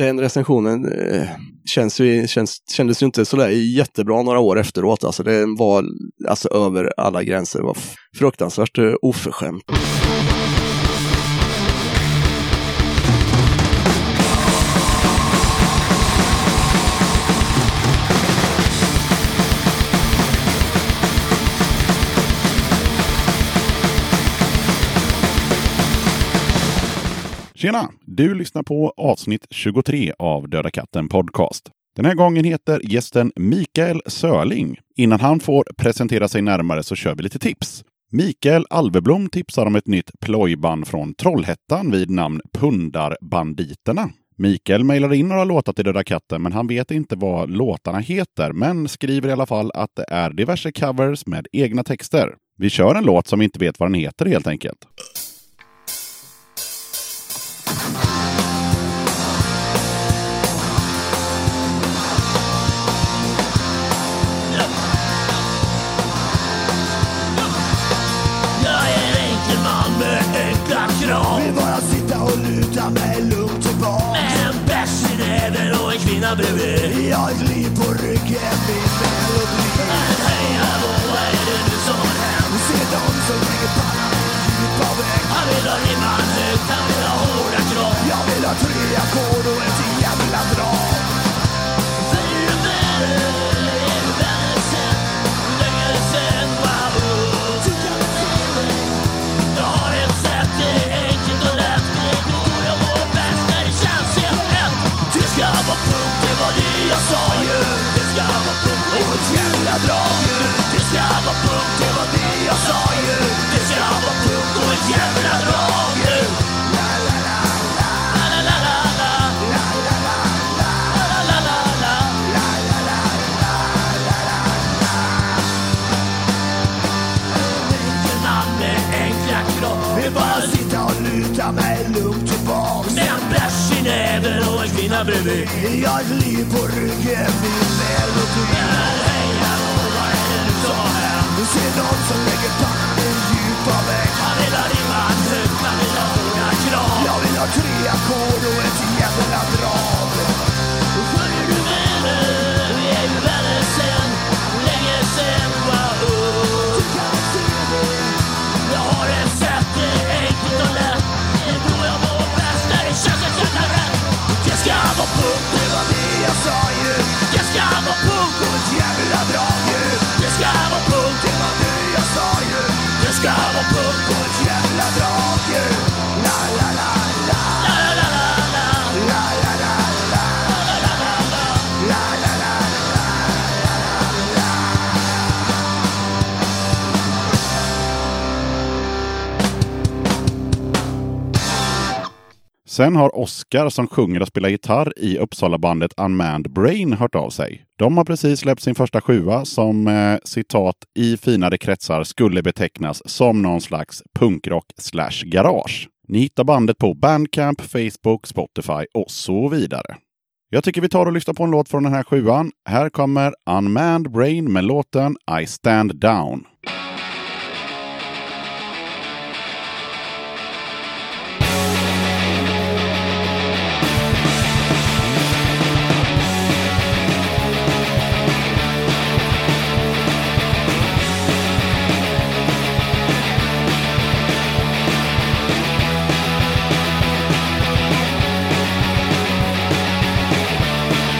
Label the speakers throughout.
Speaker 1: Den recensionen kändes ju inte så där jättebra några år efteråt. Alltså det var alltså över alla gränser. Det var fruktansvärt oförskämt.
Speaker 2: Tjena! Du lyssnar på avsnitt 23 av Döda katten podcast. Den här gången heter gästen Mikael Sörling. Innan han får presentera sig närmare så kör vi lite tips. Mikael Alveblom tipsar om ett nytt plojband från Trollhättan vid namn Pundarbanditerna. Mikael mejlar in några låtar till Döda katten, men han vet inte vad låtarna heter, men skriver i alla fall att det är diverse covers med egna texter. Vi kör en låt som vi inte vet vad den heter helt enkelt.
Speaker 3: Vill bara sitta och luta mig lugnt tillbaka
Speaker 4: med en bärs i näven och en kvinna bredvid.
Speaker 3: Jag har ett liv på ryggen, min melodi.
Speaker 4: Men hej hallå, vad är det nu som har hänt?
Speaker 3: Se dem som lägger pannan i djup av väg.
Speaker 4: Han vill ha rimman högt, han vill ha hårda krav.
Speaker 3: Jag vill ha 3 ackord och ett jävla drag.
Speaker 4: För är du vänner, är du vänner sen? Hur länge sen, wow.
Speaker 3: Tycker du ser mig?
Speaker 4: Jag har ett sätt, det är enkelt och lätt. Det går jag mår bäst när det känns helt rätt.
Speaker 3: Det ska vara punkt, det var det jag sa ju.
Speaker 4: Det ska vara punkt
Speaker 3: Och ett jävla drag ju. Det ska vara punkt, det var det jag sa ju.
Speaker 4: Det ska vara punkt och ett jävla drag ju.
Speaker 3: La la la la.
Speaker 4: La la la la.
Speaker 3: La la la la.
Speaker 4: La la la la.
Speaker 3: La la la la. La la la.
Speaker 4: En man med enkla kropp.
Speaker 3: Vill bara sitta och luta mig lugnt tillbaks.
Speaker 4: Med en bärs i näven och en kvinna bredvid.
Speaker 3: Jag har ett liv på ryggen, min melodi.
Speaker 4: Men hej hallå, vad är det nu som har hänt?
Speaker 3: Du ser någon som lägger pannan i djupa väg.
Speaker 4: Han vill ha rimman högt, han vill ha hårda krav.
Speaker 3: Jag vill ha 3 ackord och ett jävla drag.
Speaker 4: För är du vänner, är du vänner sen? Hur länge sen, wow.
Speaker 3: Du kan se mig.
Speaker 4: Jag har ett sätt, det är enkelt och lätt. Det går jag mår bäst när det känns ett jävla rätt.
Speaker 3: Det ska vara punkt, det var det jag sa ju.
Speaker 4: Det ska vara punkt,
Speaker 3: Och ett jävla drag ju.
Speaker 4: det ska vara punkt.
Speaker 3: Det var det jag sa ju.
Speaker 4: Det ska vara punkt.
Speaker 3: Och ett jävla drag ju. La la la la.
Speaker 4: La la la la.
Speaker 3: La la la la.
Speaker 4: La la la la.
Speaker 3: La la la la.
Speaker 2: Sen har Oscar som sjunger och spelar gitarr i Uppsala-bandet Unmanned Brain hört av sig. De har precis släppt sin första 7 som citat i finare kretsar skulle betecknas som någon slags punkrock/garage. Ni hittar bandet på Bandcamp, Facebook, Spotify och så vidare. Jag tycker vi tar och lyssnar på en låt från den här 7. Här kommer Unmanned Brain med låten I Stand Down.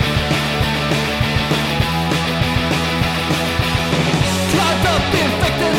Speaker 3: Climbed up infected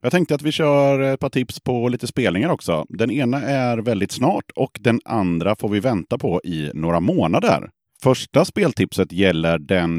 Speaker 2: Jag tänkte att vi kör ett par tips på lite spelningar också. Den ena är väldigt snart och den andra får vi vänta på i några månader. Första speltipset gäller den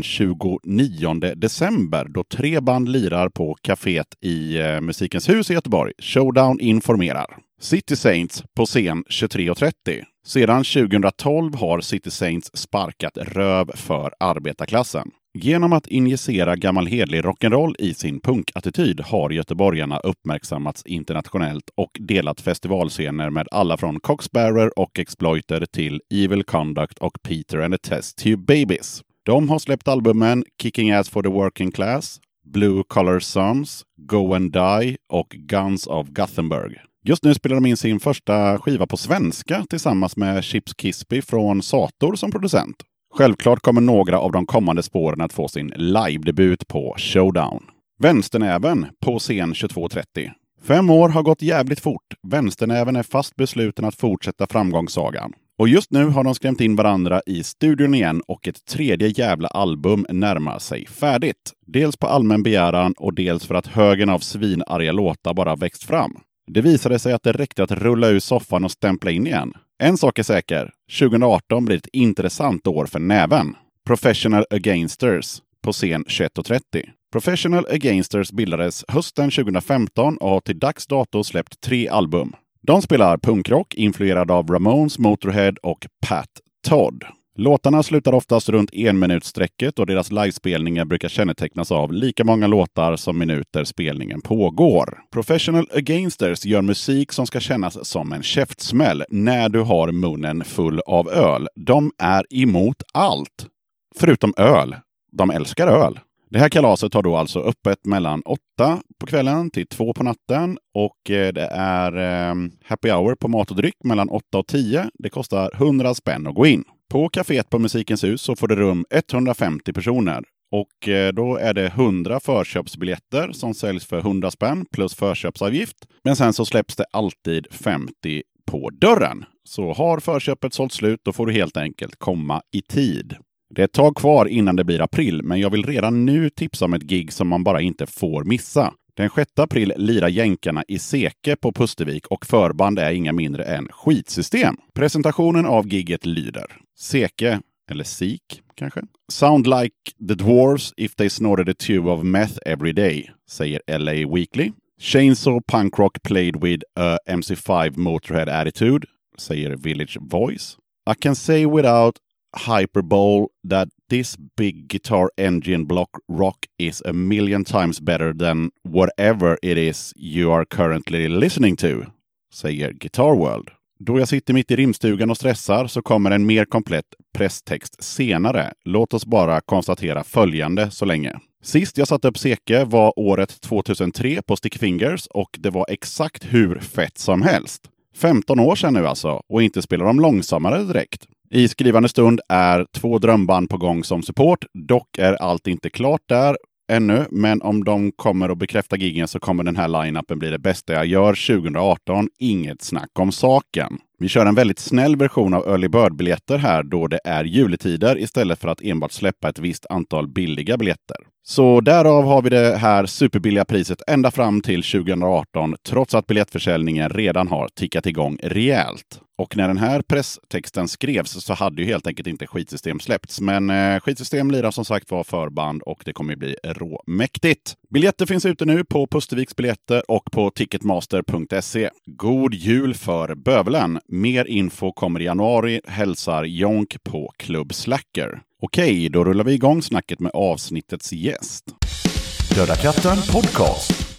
Speaker 2: 29 december då 3 band lirar på kaféet i Musikens hus i Göteborg. Showdown informerar. City Saints på scen 23.30. Sedan 2012 har City Saints sparkat röv för arbetarklassen. Genom att injicera gammal hedlig rock'n'roll i sin punkattityd har göteborgarna uppmärksammats internationellt och delat festivalscener med alla från Coxbearer och Exploiter till Evil Conduct och Peter and the Test Tube Babies. De har släppt albumen Kicking Ass for the Working Class, Blue Collar Sums, Go and Die och Guns of Gothenburg. Just nu spelar de in sin första skiva på svenska tillsammans med Chips Kisby från Sator som producent. Självklart kommer några av de kommande spåren att få sin live-debut på Showdown. Vänsternäven på scen 22.30. 5 år har gått jävligt fort. Vänsternäven är fast besluten att fortsätta framgångssagan. Och just nu har de skrämt in varandra i studion igen och ett tredje jävla album närmar sig färdigt. Dels på allmän begäran och dels för att högen av svinarga låtar bara växt fram. Det visade sig att det räckte att rulla ur soffan och stämpla in igen. En sak är säker, 2018 blir ett intressant år för näven. Professional Againsters på scen 21.30. Professional Againsters bildades hösten 2015 och har till dags dato släppt 3 album. De spelar punkrock influerad av Ramones, Motorhead och Pat Todd. Låtarna slutar oftast runt 1 minutsträcket och deras livespelningar brukar kännetecknas av lika många låtar som minuter spelningen pågår. Professional Againsters gör musik som ska kännas som en käftsmäll när du har munnen full av öl. De är emot allt. Förutom öl. De älskar öl. Det här kalaset har då alltså öppet mellan 8 på kvällen till 2 på natten och det är happy hour på mat och dryck mellan 8 och 10. Det kostar 100 spänn att gå in. På kaféet på Musikens hus så får det rum 150 personer och då är det 100 förköpsbiljetter som säljs för 100 spänn plus förköpsavgift. Men sen så släpps det alltid 50 på dörren. Så har förköpet sålt slut då får du helt enkelt komma i tid. Det är ett tag kvar innan det blir april men jag vill redan nu tipsa om ett gig som man bara inte får missa. Den 6 april lirar jänkarna i Seke på Pustervik och förband är inga mindre än Skitsystem. Presentationen av gigget lyder Seke, eller Sik kanske. Sound like the dwarves if they snorted a tube of meth every day, säger LA Weekly. Chainsaw punk rock played with a MC5 Motorhead attitude, säger Village Voice. I can say without hyperbole that this big guitar engine block rock is a million times better than whatever it is you are currently listening to, säger Guitar World. Då jag sitter mitt i rimstugan och stressar så kommer en mer komplett presstext senare. Låt oss bara konstatera följande så länge. Sist jag satte upp Seke var året 2003 på Sticky Fingers och det var exakt hur fett som helst. 15 år sedan nu alltså och inte spelar de långsammare direkt. I skrivande stund är 2 drömband på gång som support. Dock är allt inte klart där ännu, men om de kommer att bekräfta giggen så kommer den här line-upen bli det bästa jag gör 2018. Inget snack om saken. Vi kör en väldigt snäll version av Early Bird-biljetter här då det är juletider istället för att enbart släppa ett visst antal billiga biljetter. Så därav har vi det här superbilliga priset ända fram till 2018 trots att biljettförsäljningen redan har tickat igång rejält. Och när den här presstexten skrevs så hade ju helt enkelt inte Skitsystem släppts. Men Skitsystem lirar som sagt var förband och det kommer bli råmäktigt. Biljetter finns ute nu på Pusterviks biljetter och på ticketmaster.se. God jul för bövelen. Mer info kommer i januari, hälsar Jonk på Club Slacker. Okej, då rullar vi igång snacket med avsnittets gäst.
Speaker 3: Döda katten podcast.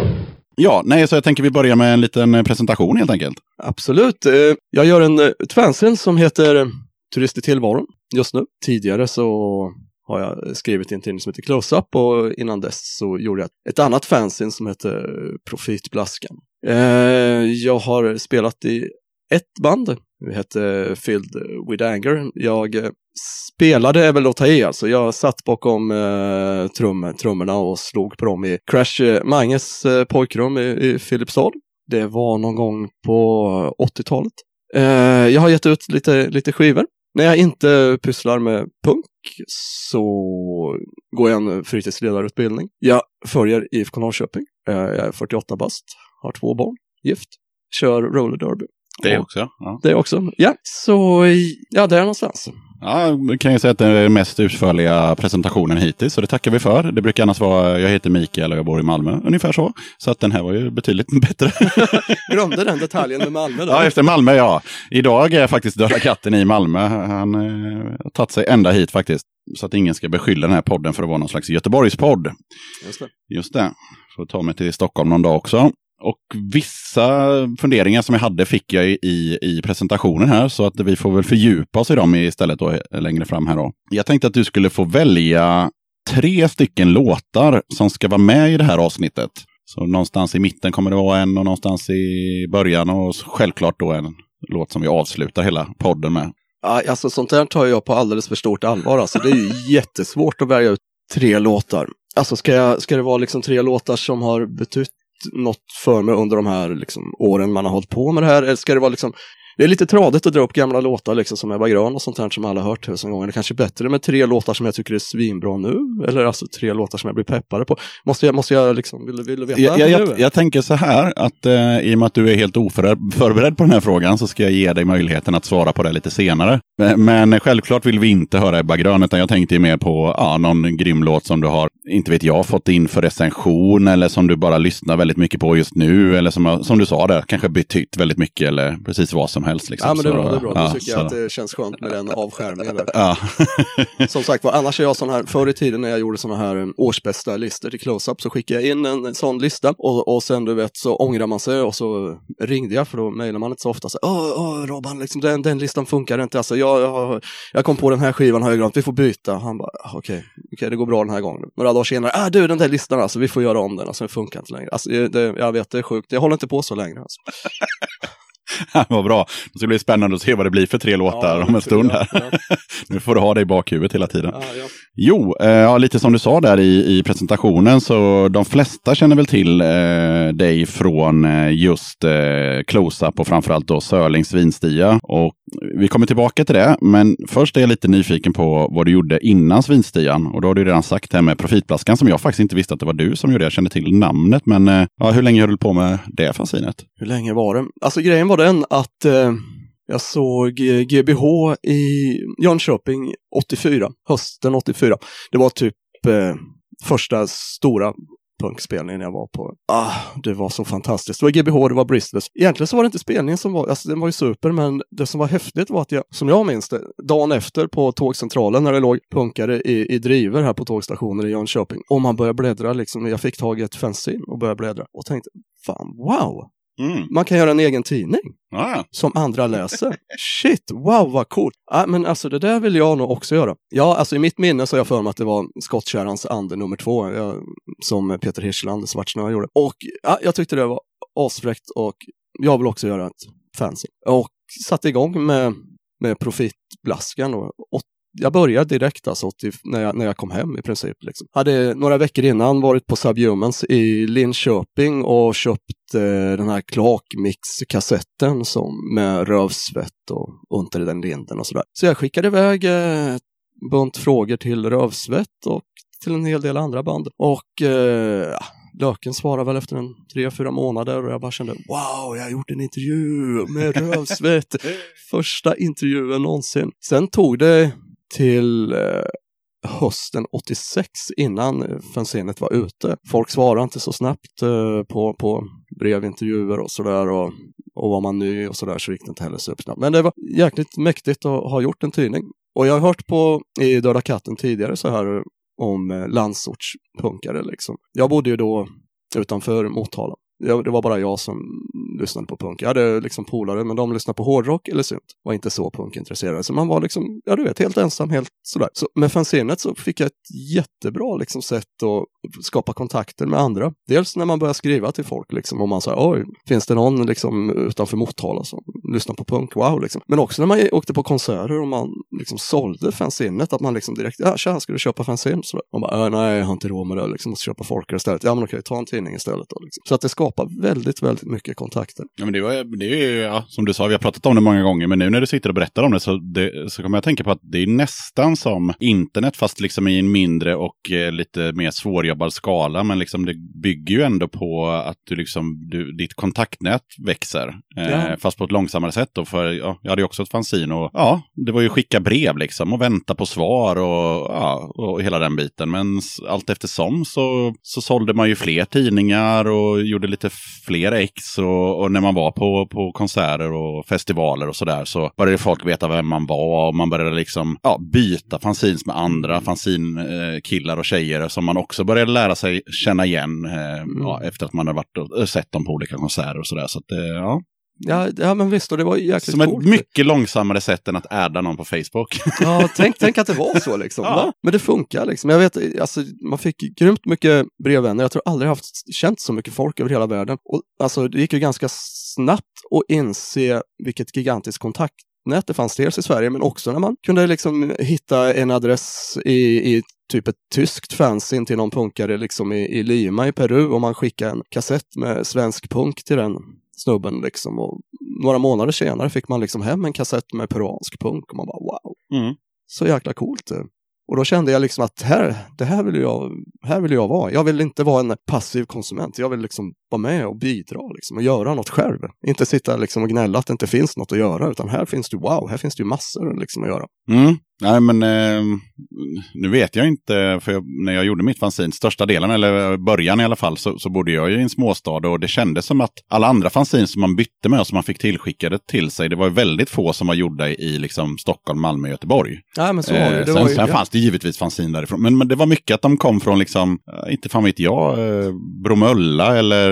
Speaker 2: Ja, så jag tänker vi börjar med en liten presentation helt enkelt.
Speaker 1: Absolut. Jag gör ett fanzine som heter Turist i tillvaron just nu. Tidigare så har jag skrivit en tidning som heter Close-Up och innan dess så gjorde jag ett annat fanzine som heter Profitblaskan. Jag har spelat i ett band. Det heter Filled with Anger. Jag spelade är väl att ta i alltså. Jag satt bakom trummorna och slog på dem i Crash Manges pojkrum i Filipstad. Det var någon gång på 80-talet. Jag har gett ut lite skivor. När jag inte pysslar med punk så går jag en fritidsledarutbildning. Jag följer IFK Norrköping. Jag är 48 bast, har 2 barn, gift, kör roller derby.
Speaker 2: Det också, ja.
Speaker 1: Det också, ja. Så, ja, där någonstans.
Speaker 2: Ja, kan jag säga att det är den mest utförliga presentationen hittills, så det tackar vi för. Det brukar annars vara, jag heter Mikael och jag bor i Malmö, ungefär så. Så att den här var ju betydligt bättre.
Speaker 1: Glömde den detaljen med Malmö då?
Speaker 2: Ja, efter Malmö, ja. Idag är faktiskt Döda katten i Malmö. Han har tagit sig ända hit faktiskt. Så att ingen ska beskylla den här podden för att vara någon slags Göteborgspodd. Just det. Får ta mig till Stockholm någon dag också. Och vissa funderingar som jag hade fick jag i presentationen här, så att vi får väl fördjupa oss i dem istället då, längre fram här då. Jag tänkte att du skulle få välja 3 stycken låtar som ska vara med i det här avsnittet. Så någonstans i mitten kommer det vara en och någonstans i början och självklart då en låt som vi avslutar hela podden med.
Speaker 1: Ja, alltså sånt där tar jag på alldeles för stort allvar. Alltså det är ju jättesvårt att välja ut 3 låtar. Alltså ska det vara liksom 3 låtar som har betytt något för mig under de här liksom, åren man har hållit på med det här, eller ska det vara liksom, det är lite tradigt att dra upp gamla låtar liksom, som Ebba Grön och sånt här som alla har hört 1000 gånger. Det är kanske bättre med 3 låtar som jag tycker är svinbra nu, eller alltså 3 låtar som jag blir peppade på. Måste jag liksom, vill du veta
Speaker 2: jag tänker så här att i och med att du är helt oförberedd på den här frågan så ska jag ge dig möjligheten att svara på det lite senare. Men självklart vill vi inte höra Ebba Grön, utan jag tänkte mer på någon grym låt som du har, inte vet jag, fått in för recension eller som du bara lyssnar väldigt mycket på just nu, eller som du sa det, kanske betytt väldigt mycket eller precis vad som helst. Liksom.
Speaker 1: Ja, men det är bra.
Speaker 2: Ja,
Speaker 1: då tycker jag att det känns skönt med den avskärmningen där.
Speaker 2: Ja.
Speaker 1: Som sagt, annars är jag sån här, förr i tiden när jag gjorde såna här årsbästa listor till Close-Up så skickade jag in en sån lista och sen du vet så ångrar man sig och så ringde jag, för då mejlar man inte så ofta så Robban, liksom, den listan funkar inte, alltså jag kom på den här skivan, har jag glömt, vi får byta. Han bara, okej, det går bra den här gången. Några dagar senare, du, den där listan, alltså, vi får göra om den, alltså det funkar inte längre. Alltså, jag vet, det är sjukt, jag håller inte på så längre alltså.
Speaker 2: Vad bra. Det ska bli spännande att se vad det blir för 3 låtar om en stund här. Ja. Nu får du ha det i bakhuvudet hela tiden.
Speaker 1: Ja.
Speaker 2: Jo, lite som du sa där i presentationen, så de flesta känner väl till dig från just Close-Up och framförallt då Sörlings Svinstia. Och vi kommer tillbaka till det, men först är jag lite nyfiken på vad du gjorde innan Svinstian. Och då har du redan sagt det här med Profitflaskan, som jag faktiskt inte visste att det var du som gjorde. Jag kände till namnet, men hur länge höll du på med det fanzinet?
Speaker 1: Hur länge var det? Alltså grejen var den att jag såg GBH i Jönköping 84, hösten 84. Det var typ första stora punkspelningen jag var på. Det var så fantastiskt. Det var GBH, det var Bristles. Egentligen så var det inte spelningen som var, alltså den var ju super, men det som var häftigt var att som jag minns det, dagen efter på tågcentralen när det låg punkare i driver här på tågstationen i Jönköping. Och man började bläddra liksom, jag fick tag i ett fanzine och började bläddra och tänkte, fan, wow! Man kan göra en egen tidning som andra läser. Shit, wow, vad coolt. Men alltså det där vill jag nog också göra. Ja, alltså i mitt minne så har jag för mig att det var Skottkärrans ande nummer 2 som Peter Hirschland, Svartsnö, gjorde. Och jag tyckte det var asfräckt och jag vill också göra ett fanzine. Och satte igång med Profitblaskan och jag började direkt alltså när jag kom hem i princip. Liksom. Hade några veckor innan varit på Subhumans i Linköping och köpt den här Klakmix-kassetten med Rövsvett och Unter i den linden och sådär. Så jag skickade iväg bunt frågor till Rövsvett och till en hel del andra band. Och Löken svarade väl efter 3-4 månader och jag bara kände, wow, jag har gjort en intervju med Rövsvett. Första intervjun någonsin. Sen tog det till hösten 86 innan fanzinet var ute. Folk svarade inte så snabbt på brevintervjuer och sådär och var man ny och sådär så gick det inte heller så snabbt. Men det var jäkligt mäktigt att ha gjort en tidning. Och jag har hört i Döda katten tidigare så här om landsortspunkare liksom. Jag bodde ju då utanför Motala. Det var bara jag som lyssnade på punk. Jag hade liksom polare, men de lyssnade på hårdrock eller synt. Var inte så punkintresserade. Så man var liksom, helt ensam, helt sådär. Så med fanzinet så fick jag ett jättebra liksom sätt att skapa kontakter med andra. Dels när man börjar skriva till folk liksom, och man säger, oj, finns det någon liksom utanför Motala som lyssnar på punk? Wow, liksom. Men också när man åkte på konserter och man liksom sålde fanzinet, att man liksom direkt, tja, ska du köpa fanzin? Så man bara, nej, jag har inte råd med det, liksom, måste köpa folkare istället. Ja, men okej, ta en tidning istället då, liksom. Så att det skapar väldigt, väldigt mycket kontakter.
Speaker 2: Ja, men det är ju, som du sa, vi har pratat om det många gånger, men nu när du sitter och berättar om det så kommer jag tänka på att det är nästan som internet, fast liksom i en mindre och lite mer svårjobbad skala, men liksom det bygger ju ändå på att ditt kontaktnät växer, fast på ett långsammare sätt då, för jag hade ju också ett fanzin och det var ju skicka brev liksom och vänta på svar och hela den biten, men allt eftersom så sålde man ju fler tidningar och gjorde lite fler ex och när man var på konserter och festivaler och sådär så började folk veta vem man var och man började liksom byta fanzins med andra fanzinkillar och tjejer som man också började lära sig känna igen efter att man har varit och sett dem på olika konserter och sådär, så att
Speaker 1: Ja, men visst, och det var jäkligt
Speaker 2: som
Speaker 1: coolt.
Speaker 2: ett mycket långsammare sätt än att adda någon på Facebook.
Speaker 1: Ja, tänk att det var så liksom. Ja. Men det funkar liksom. Jag vet, alltså, man fick grymt mycket brevvänner. Jag tror aldrig haft känt så mycket folk över hela världen. Och alltså, det gick ju ganska snabbt att inse vilket gigantiskt kontaktnät det fanns dels i Sverige, men också när man kunde liksom hitta en adress i typ ett tyskt fanzine till någon punkare liksom i Lima i Peru, och man skickade en kassett med svensk punk till den snubben liksom, och några månader senare fick man liksom hem en kassett med peruansk punk och man bara wow. Så jäkla coolt. Och då kände jag liksom att här vill jag vara. Jag vill inte vara en passiv konsument. Jag vill liksom vara med och bidra liksom, och göra något själv. Inte sitta liksom och gnälla att det inte finns något att göra, utan här finns det ju massor liksom att göra.
Speaker 2: Nej, men nu vet jag inte, för när jag gjorde mitt fanzin, största delen, eller början i alla fall, så bodde jag i en småstad och det kändes som att alla andra fanzin som man bytte med och som man fick tillskickade till sig, det var väldigt få som var gjorda i liksom Stockholm, Malmö, Göteborg.
Speaker 1: Ja, men så var det.
Speaker 2: Sen fanns det givetvis fanzin därifrån, men det var mycket att de kom från liksom, inte fan vet jag, Bromölla eller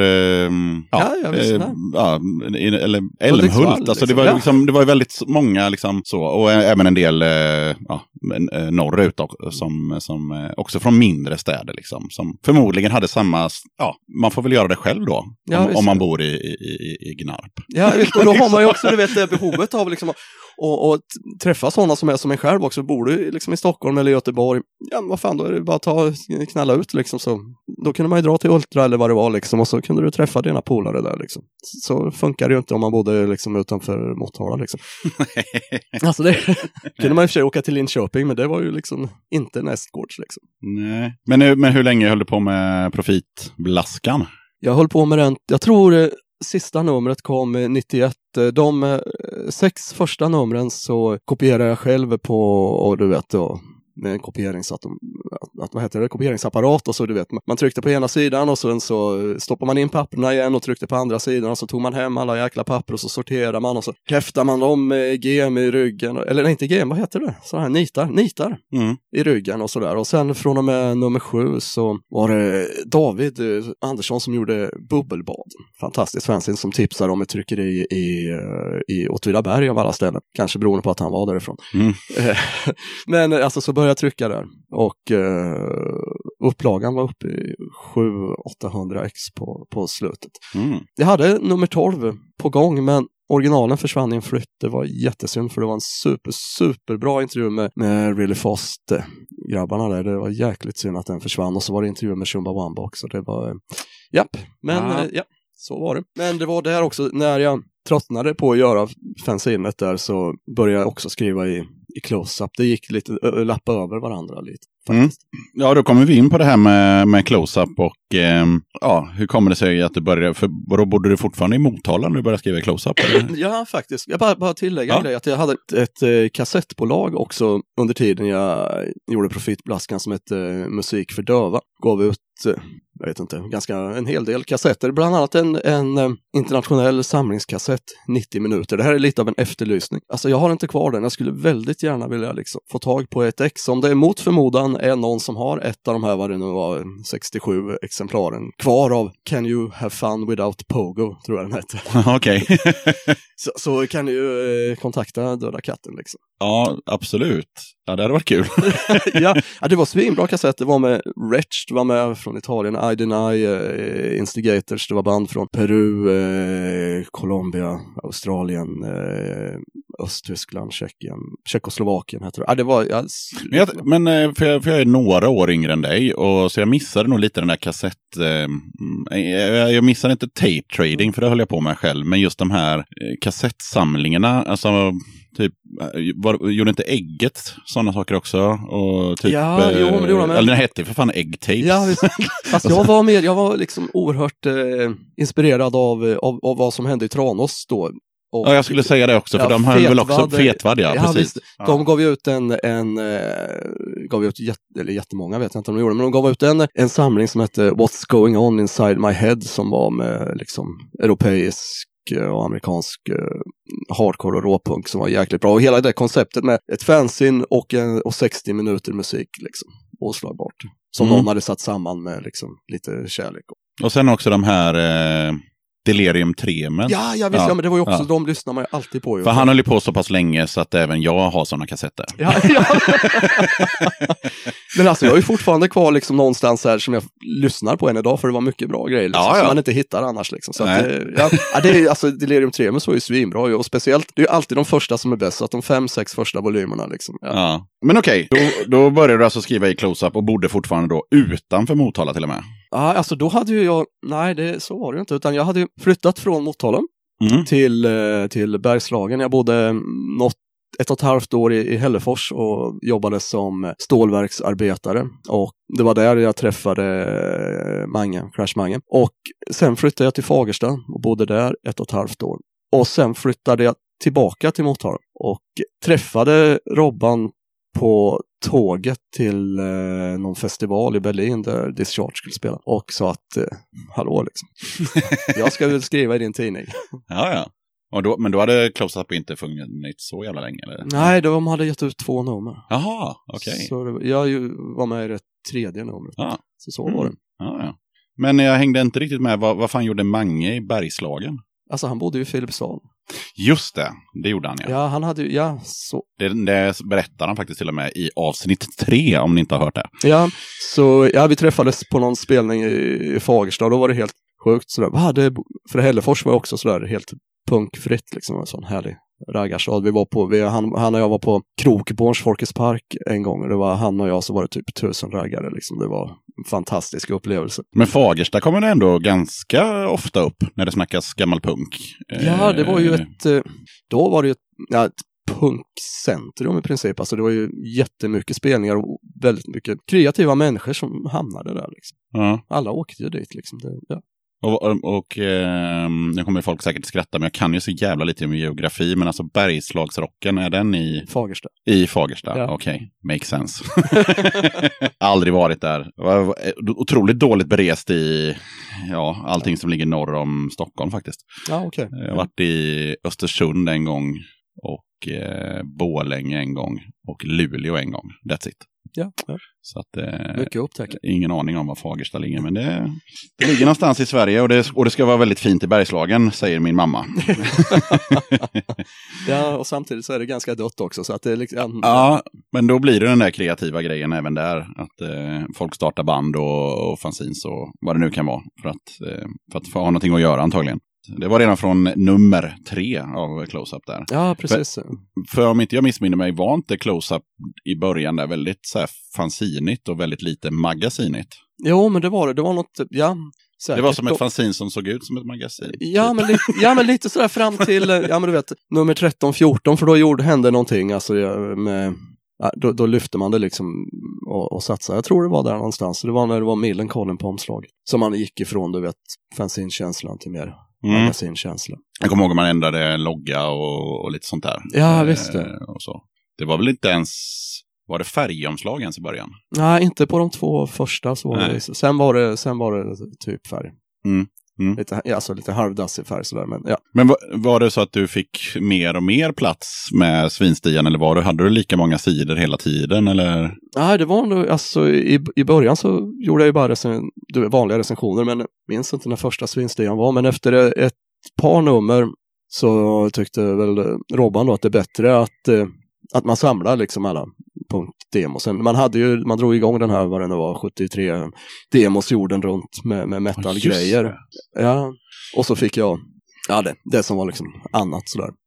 Speaker 2: eller Älmhult. Alltså det var liksom, det var väldigt många liksom så, och även en del norrut som också från mindre städer liksom, som förmodligen hade samma, man får väl göra det själv då, om man bor i Gnarp.
Speaker 1: Ja, och då har man ju också, du vet, det behovet av liksom och träffa sådana som är som en själv också. Bor du liksom i Stockholm eller Göteborg, ja, vad fan, då är det bara att knalla ut liksom, så då kunde man ju dra till Ultra eller vad det var liksom, och så kunde du träffa dina polare där liksom. Så funkar det ju inte om man bodde liksom utanför Motala liksom. Alltså det kunde man i och för sig åka till Linköping, men det var ju liksom inte nästgårds liksom.
Speaker 2: Nej. Men hur länge höll du på med Profitblaskan?
Speaker 1: Jag höll på med den, jag tror sista numret kom 91. De 6 första numren så kopierade jag själv på, och du vet då, med en kopieringsapparat, och så du vet, man tryckte på ena sidan och sen så stoppade man in papperna igen och tryckte på andra sidan, och så tog man hem alla jäkla papper och så sorterade man och så häftade man dem med gem i ryggen, eller nej, inte gem, vad heter det? Så här nitar i ryggen och sådär. Och sen från och med nummer 7 så var det David Andersson som gjorde Bubbelbad. Fantastiskt fanzine som tipsade om ett tryckeri i Åtvidaberg av alla ställen. Kanske beroende på att han var därifrån. Men alltså så började jag trycka där, och upplagan var uppe i 700-800 ex på slutet. Jag hade nummer 12 på gång, men originalen försvann i en flytt. Det var jättesynd, för det var en superbra intervju med Really Fast grabbarna där. Det var jäkligt synd att den försvann, och så var det intervju med Shumba Wamba också. Det var, så var det. Men det var där också, när jag tröttnade på att göra fanzinet där, så började jag också skriva i Close-Up. Det gick lite lappa över varandra lite.
Speaker 2: Ja, då kommer vi in på det här med Close-Up och hur kommer det sig att du började, för då bodde du fortfarande i Motala när du började skriva Close-Up?
Speaker 1: Ja, faktiskt. Jag bara tillägga en grej, att jag hade ett kassettbolag också under tiden jag gjorde Profitblaskan som hette Musik för döva. Gav ut, jag vet inte, en hel del kassetter. Bland annat en internationell samlingskassett, 90 minuter. Det här är lite av en efterlysning. Alltså jag har inte kvar den. Jag skulle väldigt gärna vilja liksom få tag på ett ex. Om det är mot förmodan är någon som har ett av de här, vad det nu var, 67 exemplaren kvar av Can You Have Fun Without Pogo, tror jag den heter.
Speaker 2: Okej.
Speaker 1: så kan ni ju kontakta Döda katten liksom.
Speaker 2: Ja, absolut. Ja, det hade varit kul.
Speaker 1: ja, det var svinbra kassett. Det var med Wretched, det var med från Italien, I Deny, Instigators, det var band från Peru, Colombia, Australien, Östtyskland, Tjeckoslovakien heter det. Ja, det var...
Speaker 2: För jag är några år yngre än dig, och så jag missade nog lite den där kassett... jag missade inte tape trading, för det höll jag på med själv, men just de här kassettsamlingarna, alltså... Typ, gjorde inte Ägget sådana saker också? Och typ,
Speaker 1: ja, jo, men det gjorde
Speaker 2: eller det hette för fan Äggtapes.
Speaker 1: Ja, visst. Fast jag var liksom oerhört inspirerad av vad som hände i Tranås då. Och,
Speaker 2: ja, jag skulle säga det också, för de höll väl också Fetvad, ja, precis.
Speaker 1: Visst. De gav ju ut gav ut jättemånga, vet jag inte om de gjorde, men de gav ut en samling som hette What's Going On Inside My Head, som var med liksom europeisk och amerikansk hardcore och råpunk, som var jäkligt bra. Och hela det konceptet med ett fanzine och 60 minuter musik liksom, oslagbart. Som någon hade satt samman med liksom lite kärlek.
Speaker 2: Och sen också de här Delirium Tremens.
Speaker 1: Ja, visst, men det var ju också, de lyssnar man ju alltid på.
Speaker 2: För han höll ju på så pass länge så att även jag har sådana kassetter.
Speaker 1: Ja. Men alltså jag är ju fortfarande kvar liksom någonstans här som jag lyssnar på än idag, för det var mycket bra grejer liksom, som man inte hittar annars liksom. Så att, det är alltså Delirium Tremens var ju svinbra, och speciellt, det är ju alltid de första som är bäst, så att de 5-6 första volymerna liksom. Ja.
Speaker 2: Men okej, då började du alltså skriva i Close-Up och bodde fortfarande då utanför Motala till och med.
Speaker 1: Ja, alltså då hade ju jag, så var det inte, utan jag hade ju flyttat från Motala till Bergslagen. Jag bodde 1,5 år i Hällefors och jobbade som stålverksarbetare, och det var där jag träffade Crash Mange. Och sen flyttade jag till Fagersta och bodde där 1,5 år. Och sen flyttade jag tillbaka till Motala och träffade Robban på tåget till någon festival i Berlin där Discharge skulle spela. Och sa att, hallå liksom. Jag ska väl skriva i din tidning.
Speaker 2: Ja. Men då hade Close-Up inte funnits så jävla länge, eller?
Speaker 1: Nej, de hade gett ut 2 nummer.
Speaker 2: Jaha, okej.
Speaker 1: Så jag var med i det 3:e numret.
Speaker 2: Ja.
Speaker 1: Så var det.
Speaker 2: Ja. Men jag hängde inte riktigt med. Vad fan gjorde Mange i Bergslagen?
Speaker 1: Alltså han bodde ju i Filipstad.
Speaker 2: Just det gjorde han, ja.
Speaker 1: Ja, han hade ju, så.
Speaker 2: Det berättar han faktiskt till och med i avsnitt 3, om ni inte har hört det.
Speaker 1: Ja, så vi träffades på någon spelning i Fagersta, och då var det helt sjukt sådär. För Hällefors var också sådär helt punkfritt liksom, en sån härlig raggarstad. Han och jag var på Krokborns Folkets Park en gång, och det var han och jag, så var det typ 1000 raggare liksom. Det var en fantastisk upplevelse.
Speaker 2: Men Fagersta kommer det ändå ganska ofta upp när det snackas gammal punk.
Speaker 1: Ja, det var ju då var det ju ett punkcentrum i princip. Alltså det var ju jättemycket spelningar och väldigt mycket kreativa människor som hamnade där liksom.
Speaker 2: Ja.
Speaker 1: Alla åkte ju dit liksom.
Speaker 2: Och nu kommer folk säkert skratta, men jag kan ju så jävla lite om geografi, men alltså Bergslagsrocken, är den i
Speaker 1: Fagersta?
Speaker 2: I Fagersta, ja. Okej. Makes sense. Aldrig varit där. Otroligt dåligt berest i allting som ligger norr om Stockholm faktiskt.
Speaker 1: Ja, okej.
Speaker 2: Jag har varit i Östersund en gång, och Borlänge en gång, och Luleå en gång. That's it.
Speaker 1: Ja.
Speaker 2: Så att,
Speaker 1: mycket upptäcka.
Speaker 2: Ingen aning om var Fagersta ligger, men det ligger någonstans i Sverige, och det ska vara väldigt fint i Bergslagen, säger min mamma.
Speaker 1: Ja, och samtidigt så är det ganska dött också, så att det är liksom...
Speaker 2: Ja, men då blir det den där kreativa grejen även där, att folk startar band och fanzines och vad det nu kan vara, för att få ha någonting att göra antagligen. Det var redan från nummer 3 av Close-Up där.
Speaker 1: Ja, precis.
Speaker 2: För om inte jag missminner mig, var inte Close-Up i början där väldigt så här fanzinigt och väldigt lite magasinigt?
Speaker 1: Jo, men det var det. Det var något, säkert.
Speaker 2: Det var som ett fanzin som såg ut som ett magasin.
Speaker 1: Men lite sådär fram till, men du vet, nummer 13-14, för då hände någonting, alltså då lyfte man det liksom och satsade. Jag tror det var där någonstans. Det var när det var Millencolin på omslaget. Så man gick ifrån, du vet, fanzinkänslan till mer magasinkänsla.
Speaker 2: Jag kommer ihåg att man ändrade logga och lite sånt där.
Speaker 1: Ja, visst det.
Speaker 2: Och så. Det var väl inte ens... Var det färgomslag ens i början?
Speaker 1: Nej, inte på de 2 första. Så var det, sen var det typ färg. Lite halvdassig färg sådär.
Speaker 2: Men var det så att du fick mer och mer plats med Svinstian, eller hade du lika många sidor hela tiden? Eller?
Speaker 1: Nej, det var nog, alltså i början så gjorde jag ju bara vanliga recensioner, men minns inte när första Svinstian var. Men efter ett par nummer så tyckte väl Robban då att det är bättre att man samlar liksom alla punktdemos. Man drog igång den här, vad det nu var, 73 demos jorden runt med metal-grejer. Ja, och så fick jag det som var liksom annat sådär.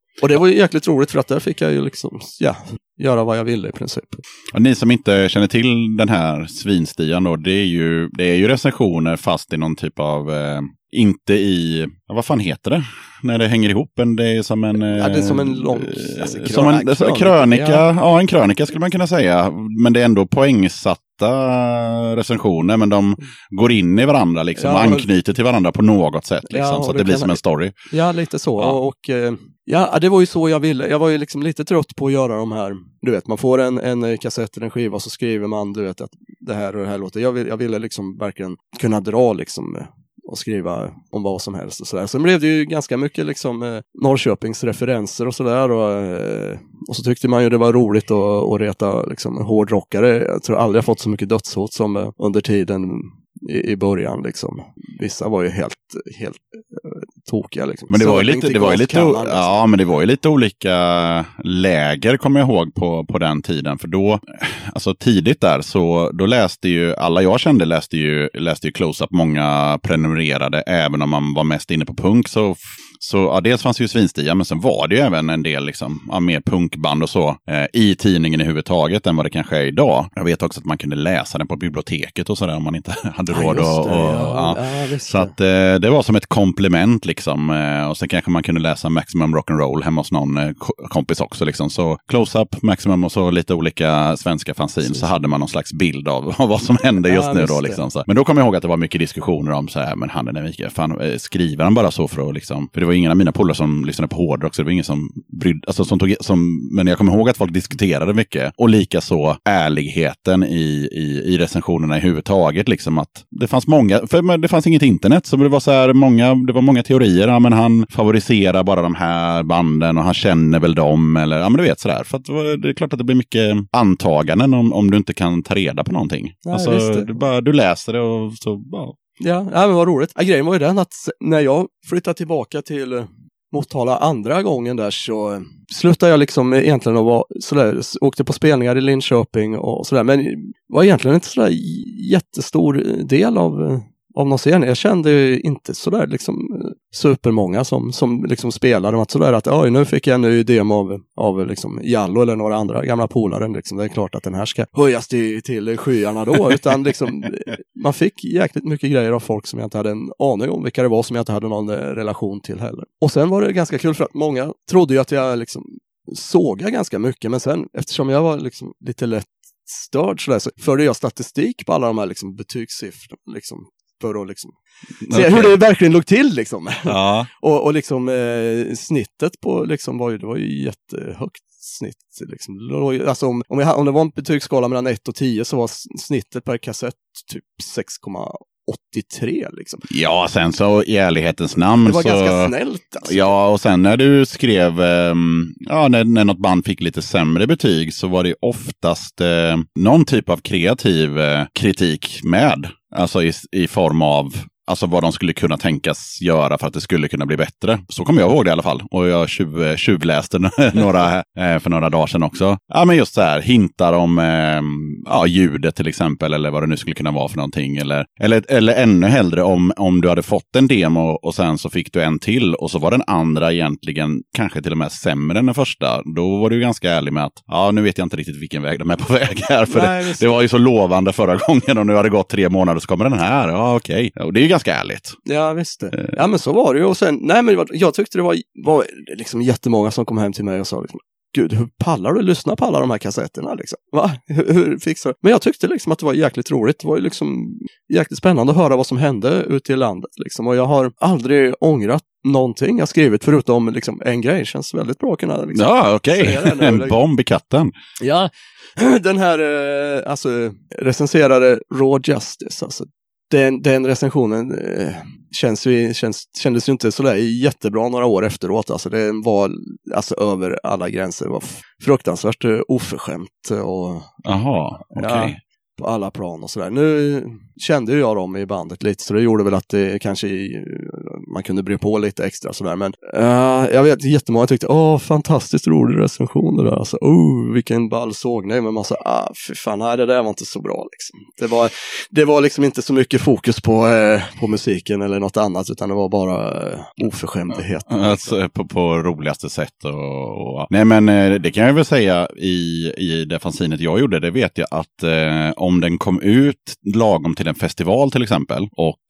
Speaker 1: Och det var ju jäkligt roligt för att där fick jag ju liksom, göra vad jag ville i princip.
Speaker 2: Och ni som inte känner till den här svinstian då, det är ju recensioner fast i någon typ av, inte i, vad fan heter det? När det hänger ihop, det är som en...
Speaker 1: Ja, det är som en lång...
Speaker 2: krönika. Ja, en krönika skulle man kunna säga. Men det är ändå poängsatta recensioner, men de går in i varandra liksom, och anknyter till varandra på något sätt liksom, så att det blir som en story.
Speaker 1: Ja, lite så. Och det var ju så jag ville. Jag var ju liksom lite trött på att göra de här, du vet, man får en kassett eller en skiva och så skriver man, du vet, att det här och det här låter. Jag ville liksom verkligen kunna dra liksom och skriva om vad som helst och sådär. Sen blev det ju ganska mycket liksom Norrköpings referenser och sådär, och så tyckte man ju det var roligt att reta liksom hårdrockare. Jag tror aldrig jag fått så mycket dödshot som under tiden i början liksom. Vissa var ju helt tokiga liksom.
Speaker 2: Men det var ju lite olika läger, kommer jag ihåg, på den tiden, för då, alltså tidigt där, så då läste ju alla jag kände läste ju Close-Up, många prenumererade, även om man var mest inne på punk, så dels fanns ju svinstia, men sen var det ju även en del liksom, mer punkband och så i tidningen i huvudtaget än vad det kanske är idag. Jag vet också att man kunde läsa den på biblioteket och sådär om man inte hade råd. Så att det var som ett komplement liksom. Och sen kanske man kunde läsa Maximum Rock'n'Roll hemma hos någon kompis också liksom. Så Close-Up, Maximum och så lite olika svenska fanzine, så hade man någon slags bild av vad som hände just nu då liksom. Så. Men då kommer jag ihåg att det var mycket diskussioner om så här, men han är mycket, fan, skriver han bara så för att liksom, för det var ingen av mina polare som lyssnade på hårdrock, så det var ingen som brydde, alltså men jag kommer ihåg att folk diskuterade mycket, och lika så ärligheten i recensionerna i huvudtaget liksom, att det fanns många, för det fanns inget internet, så det var så här det var många teorier, ja men han favoriserar bara de här banden och han känner väl dem, eller ja men du vet sådär, för att det är klart att det blir mycket antaganden om du inte kan ta reda på någonting. Nej, alltså du läser det och så
Speaker 1: Ja, men vad roligt. Grejen var ju den att när jag flyttade tillbaka till Motala andra gången där, så slutade jag liksom egentligen att vara sådär, åkte på spelningar i Linköping och sådär, men var egentligen inte sådär jättestor del av någon scen. Jag kände inte sådär liksom supermånga som liksom spelade, att sådär att nu fick jag en ny demo av liksom Jallo eller några andra gamla polare liksom. Det är klart att den här ska höjas till skyarna då, utan liksom man fick jäkligt mycket grejer av folk som jag inte hade en aning om vilka det var, som jag inte hade någon relation till heller. Och sen var det ganska kul för att många trodde ju att jag liksom sågade ganska mycket, men sen eftersom jag var liksom lite lätt störd sådär, så förde jag statistik på alla de här liksom betygssiffrorna liksom, för att liksom se hur det verkligen låg till liksom. Ja. och liksom snittet på liksom det var ju jättehögt snitt liksom. Alltså om det var en betygsskala mellan 1 och 10, så var snittet per kassett typ 6,83 liksom.
Speaker 2: Ja, sen så i ärlighetens namn
Speaker 1: det var ganska snällt alltså.
Speaker 2: Ja, och sen när du skrev när något band fick lite sämre betyg, så var det oftast någon typ av kreativ kritik med. Alltså i form av alltså vad de skulle kunna tänkas göra för att det skulle kunna bli bättre. Så kommer jag ihåg det i alla fall. Och jag tjuvläste några för några dagar sedan också. Ja, men just så här, hintar om ljudet till exempel, eller vad det nu skulle kunna vara för någonting. Eller ännu hellre om du hade fått en demo och sen så fick du en till, och så var den andra egentligen kanske till och med sämre än den första. Då var du ganska ärlig med att nu vet jag inte riktigt vilken väg de är på väg här. För det var ju så lovande förra gången, och nu har det gått 3 månader så kommer den här. Ja, okej. Och det är ju ganska ärligt.
Speaker 1: Ja, visst. Ja, men så var det ju. Och sen, jag tyckte det var liksom jättemånga som kom hem till mig och sa liksom, gud, hur pallar du lyssna på alla de här kassetterna liksom? Va? Hur fixar du? Men jag tyckte liksom att det var jäkligt roligt. Det var ju liksom jäkligt spännande att höra vad som hände ute i landet liksom. Och jag har aldrig ångrat någonting jag skrivit, förutom liksom en grej. Känns väldigt bra att kunna liksom,
Speaker 2: ja, okej. En bomb i katten.
Speaker 1: Ja, den här recenserade Raw Justice, alltså den recensionen kändes ju inte sådär jättebra några år efteråt. Alltså det var alltså över alla gränser. Det var fruktansvärt oförskämt.
Speaker 2: Jaha, okej. Okay.
Speaker 1: på alla plan och sådär. Nu kände ju jag dem i bandet lite, så det gjorde väl att det kanske man kunde bry på lite extra sådär. Men jag vet jättemånga tyckte, fantastiskt rolig recensioner där. Alltså, vilken ball sågning. Men man sa, fy fan, nej, det där var inte så bra liksom. Det var liksom inte så mycket fokus på musiken eller något annat, utan det var bara oförskämdhet.
Speaker 2: Alltså, på roligaste sätt. Nej, men det kan jag väl säga i det fanzinet jag gjorde, det vet jag att om den kom ut lagom till en festival till exempel och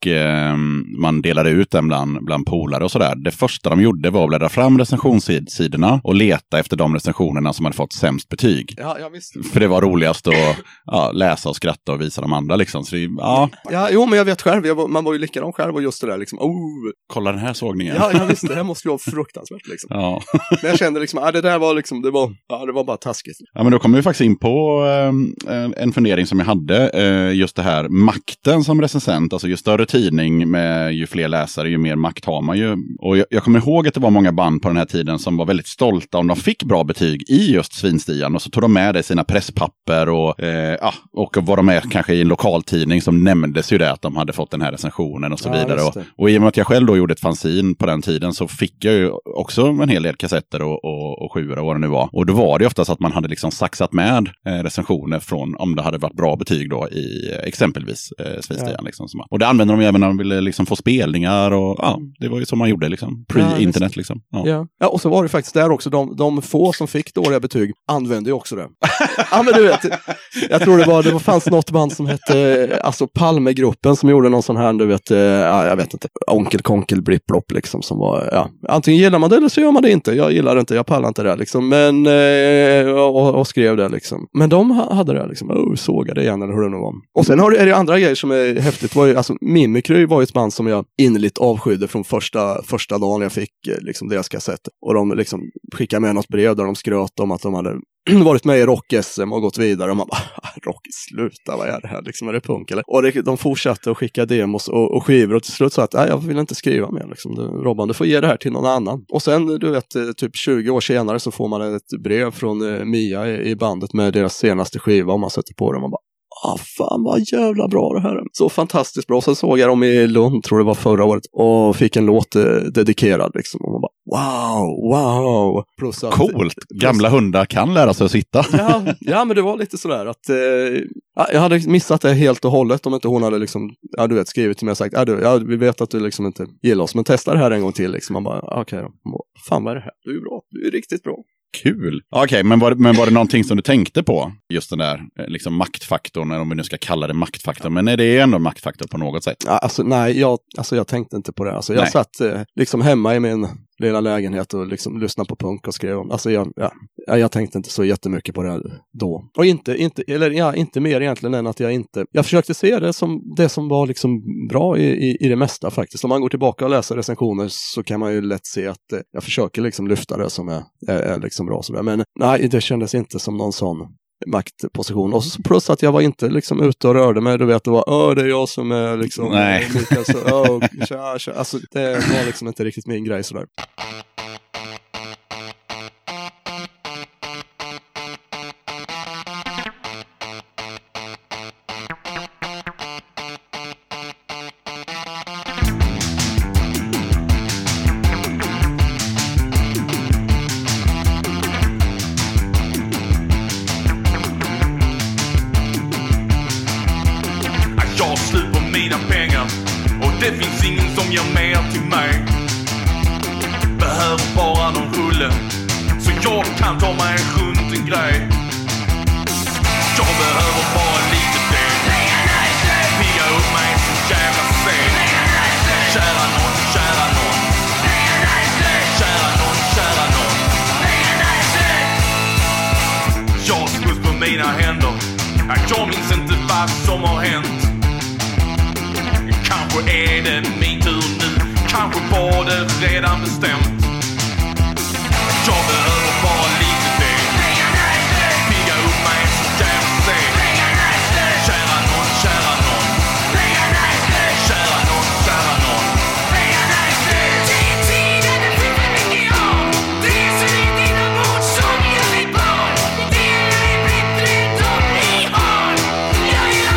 Speaker 2: man delade ut den bland polare och sådär. Det första de gjorde var att bläddra fram recensionssidorna och leta efter de recensionerna som hade fått sämst betyg.
Speaker 1: Ja, visst.
Speaker 2: För det var roligast att läsa och skratta och visa de andra liksom. Så det,
Speaker 1: jo, men jag vet själv. Man var ju likadan själv och just det där liksom.
Speaker 2: Kolla den här sågningen.
Speaker 1: Ja, visst. Det här måste ju vara fruktansvärt liksom.
Speaker 2: Ja.
Speaker 1: Men jag kände liksom, det där var liksom, det var bara taskigt.
Speaker 2: Ja, men då kommer vi faktiskt in på en fundering som jag hade. Just det här makten som recensent. Alltså ju större tidning med ju fler läsare, ju mer makt har man ju. Och jag kommer ihåg att det var många band på den här tiden som var väldigt stolta om de fick bra betyg i just Svinstian. Och så tog de med det i sina presspapper och var de med kanske i en lokaltidning som nämndes ju det att de hade fått den här recensionen och så vidare. Och i och med att jag själv då gjorde ett fanzin på den tiden så fick jag ju också en hel del kassetter och sjuor och vad det nu var. Och då var det ofta så att man hade liksom saxat med recensioner från om det hade varit bra betyg då i exempelvis Svinstian. Liksom, och det använde de även när de ville liksom få spelningar och det var ju som man gjorde liksom. Pre-internet liksom.
Speaker 1: Ja, och så var det faktiskt där också. De få som fick dåliga betyg använde ju också det. Ja, men du vet, jag tror det fanns något band som hette Palmegruppen som gjorde någon sån här, du vet, jag vet inte, Onkel Konkel Blipplopp liksom, som var, antingen gillar man det eller så gör man det inte. Jag gillar det inte, jag pallar inte det liksom, men och skrev det liksom. Men de hade det liksom, sågade igen eller hur det nu var. Och sen är det andra grejer som är häftigt, var ju, alltså Mimikry var ju ett band som jag innerligt avskydde från första dagen jag fick liksom deras kassett. Och de liksom skickade med något brev där de skröt om att de hade varit med i Rock-SM och gått vidare och man bara, Rock, sluta, vad är det här liksom, är det punk eller? Och de fortsatte att skicka demos och skivor och till slut sa att jag vill inte skriva mer liksom. Robban, du får ge det här till någon annan. Och sen, du vet, typ 20 år senare så får man ett brev från Mia i bandet med deras senaste skiva och man sätter på det och man bara, fan vad jävla bra det här är. Så fantastiskt bra. Sen såg jag dem i Lund, tror det var förra året, och fick en låt dedikerad liksom. Och man bara, wow. Plus att,
Speaker 2: coolt. Gamla hundar kan lära sig att sitta.
Speaker 1: Ja, men det var lite sådär att jag hade missat det helt och hållet om inte hon hade liksom, du vet, skrivit till mig och sagt, vi vet att du liksom inte gillar oss, men testa det här en gång till liksom. Man bara, okej då. Fan vad är det här? Du är bra. Du är riktigt bra.
Speaker 2: Kul. Okej, men var det någonting som du tänkte på? Just den där liksom maktfaktorn, om vi nu ska kalla det maktfaktor. Men är det ändå maktfaktor på något sätt?
Speaker 1: Nej, jag tänkte inte på det. Alltså, jag satt liksom hemma i min lilla lägenhet och liksom lyssnade på punk och skrev om. Alltså jag tänkte inte så jättemycket på det då. Och inte mer egentligen än att jag försökte se det som det som var liksom bra i det mesta faktiskt. Om man går tillbaka och läser recensioner så kan man ju lätt se att jag försöker liksom lyfta det som är liksom bra sådär. Men nej, det kändes inte som någon sån maktposition. Och så plus att jag var inte liksom ute och rörde mig. Du vet, det var, det är jag som är liksom...
Speaker 2: Nej.
Speaker 1: Alltså, det var liksom inte riktigt min grej sådär.
Speaker 3: Det finns ingen som ger mer till mig. Behöver bara någon rulle så jag kan ta mig runt en grej. Jag behöver bara lite del. Pigga upp mig så jävla sen. Kära någon, kära någon. Kära någon, kära någon. Jag har smuts på mina händer. Jag minns inte vad som har hänt. Kanske är det min tur nu. Kanske var det redan bestämt. Jag behöver bara lite del. Pigga upp mig så jävla sen. Kära någon, kära någon. Kära någon, kära någon. Jag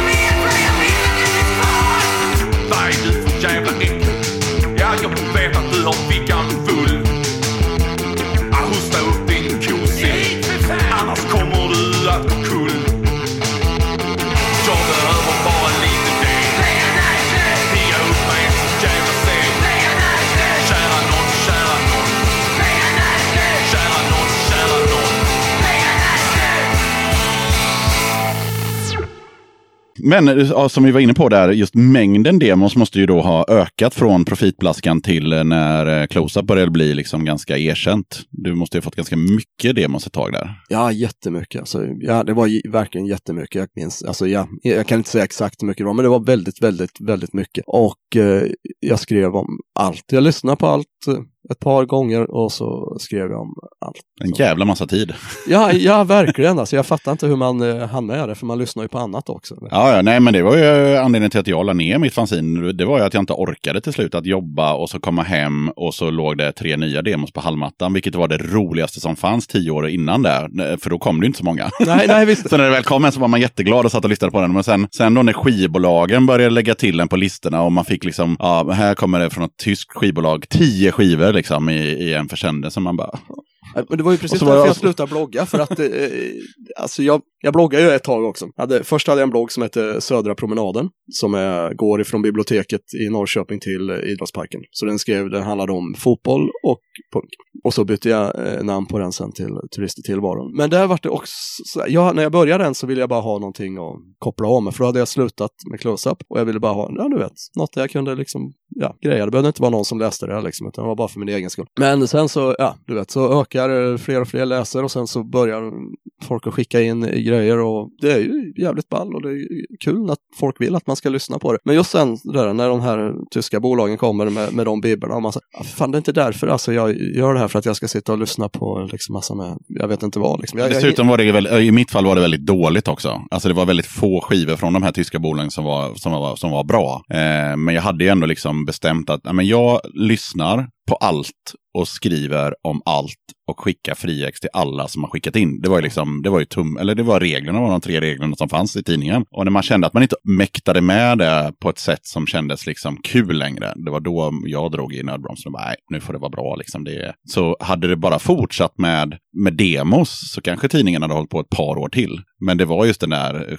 Speaker 2: Men ja, som vi var inne på där, just mängden demos måste ju då ha ökat från profitblaskan till när Close-Up började bli liksom ganska erkänt. Du måste ju ha fått ganska mycket demos ett tag där.
Speaker 1: Ja, jättemycket. Alltså, ja, det var verkligen jättemycket. Jag minns. Alltså, ja, jag kan inte säga exakt hur mycket det var, men det var väldigt, väldigt, väldigt mycket. Och jag skrev om allt. Jag lyssnade på allt ett par gånger och så skrev jag om allt.
Speaker 2: En jävla massa tid.
Speaker 1: Ja, verkligen. Alltså, jag fattar inte hur man hann med det, för man lyssnar ju på annat också.
Speaker 2: Ja, nej, men det var ju anledningen till att jag la ner mitt fanzine. Det var ju att jag inte orkade till slut att jobba och så komma hem och så låg det 3 nya demos på hallmattan, vilket var det roligaste som fanns 10 år innan där, för då kom det inte så många.
Speaker 1: Nej, visst.
Speaker 2: Så när det väl kom så var man jätteglad och satt och lyssnade på den. Men sen då när skivbolagen började lägga till den på listorna och man fick liksom, ja, här kommer det från ett tyskt skivbolag, 10 skivor liksom i en försändelse, man bara...
Speaker 1: Men det var ju precis därför jag slutade blogga, för att alltså jag bloggade ju ett tag också. Först hade jag en blogg som hette Södra promenaden, som går ifrån biblioteket i Norrköping till idrottsparken. Så den handlade om fotboll och punk. Och så bytte jag namn på den sen till Turist i tillvaron. Men där var det också, när jag började den så ville jag bara ha någonting att koppla om med, för då hade jag slutat med Close-Up och jag ville bara ha, ja du vet, något där jag kunde liksom, ja, grejer. Det behövde inte vara någon som läste det här liksom, utan det var bara för min egen skull. Men sen så, ja, du vet, så ökar fler och fler läser och sen så börjar folk att skicka in grejer och det är ju jävligt ball och det är kul att folk vill att man ska lyssna på det. Men just sen där, när de här tyska bolagen kommer med de bibberna och man säger, fan det är inte därför, alltså jag gör det här för att jag ska sitta och lyssna på liksom massa med, jag vet inte vad liksom.
Speaker 2: Dessutom var det väl, i mitt fall var det väldigt dåligt också. Alltså det var väldigt få skivor från de här tyska bolagen som var bra. Men jag hade ju ändå liksom bestämt att men jag lyssnar på allt och skriver om allt och skickar friex till alla som har skickat in. Det var ju liksom, det var reglerna, var de 3 reglerna som fanns i tidningen. Och när man kände att man inte mäktade med det på ett sätt som kändes liksom kul längre, det var då jag drog i nödbromsen och bara, nej, nu får det vara bra liksom. Så hade det bara fortsatt med demos så kanske tidningen hade hållit på ett par år till. Men det var just den där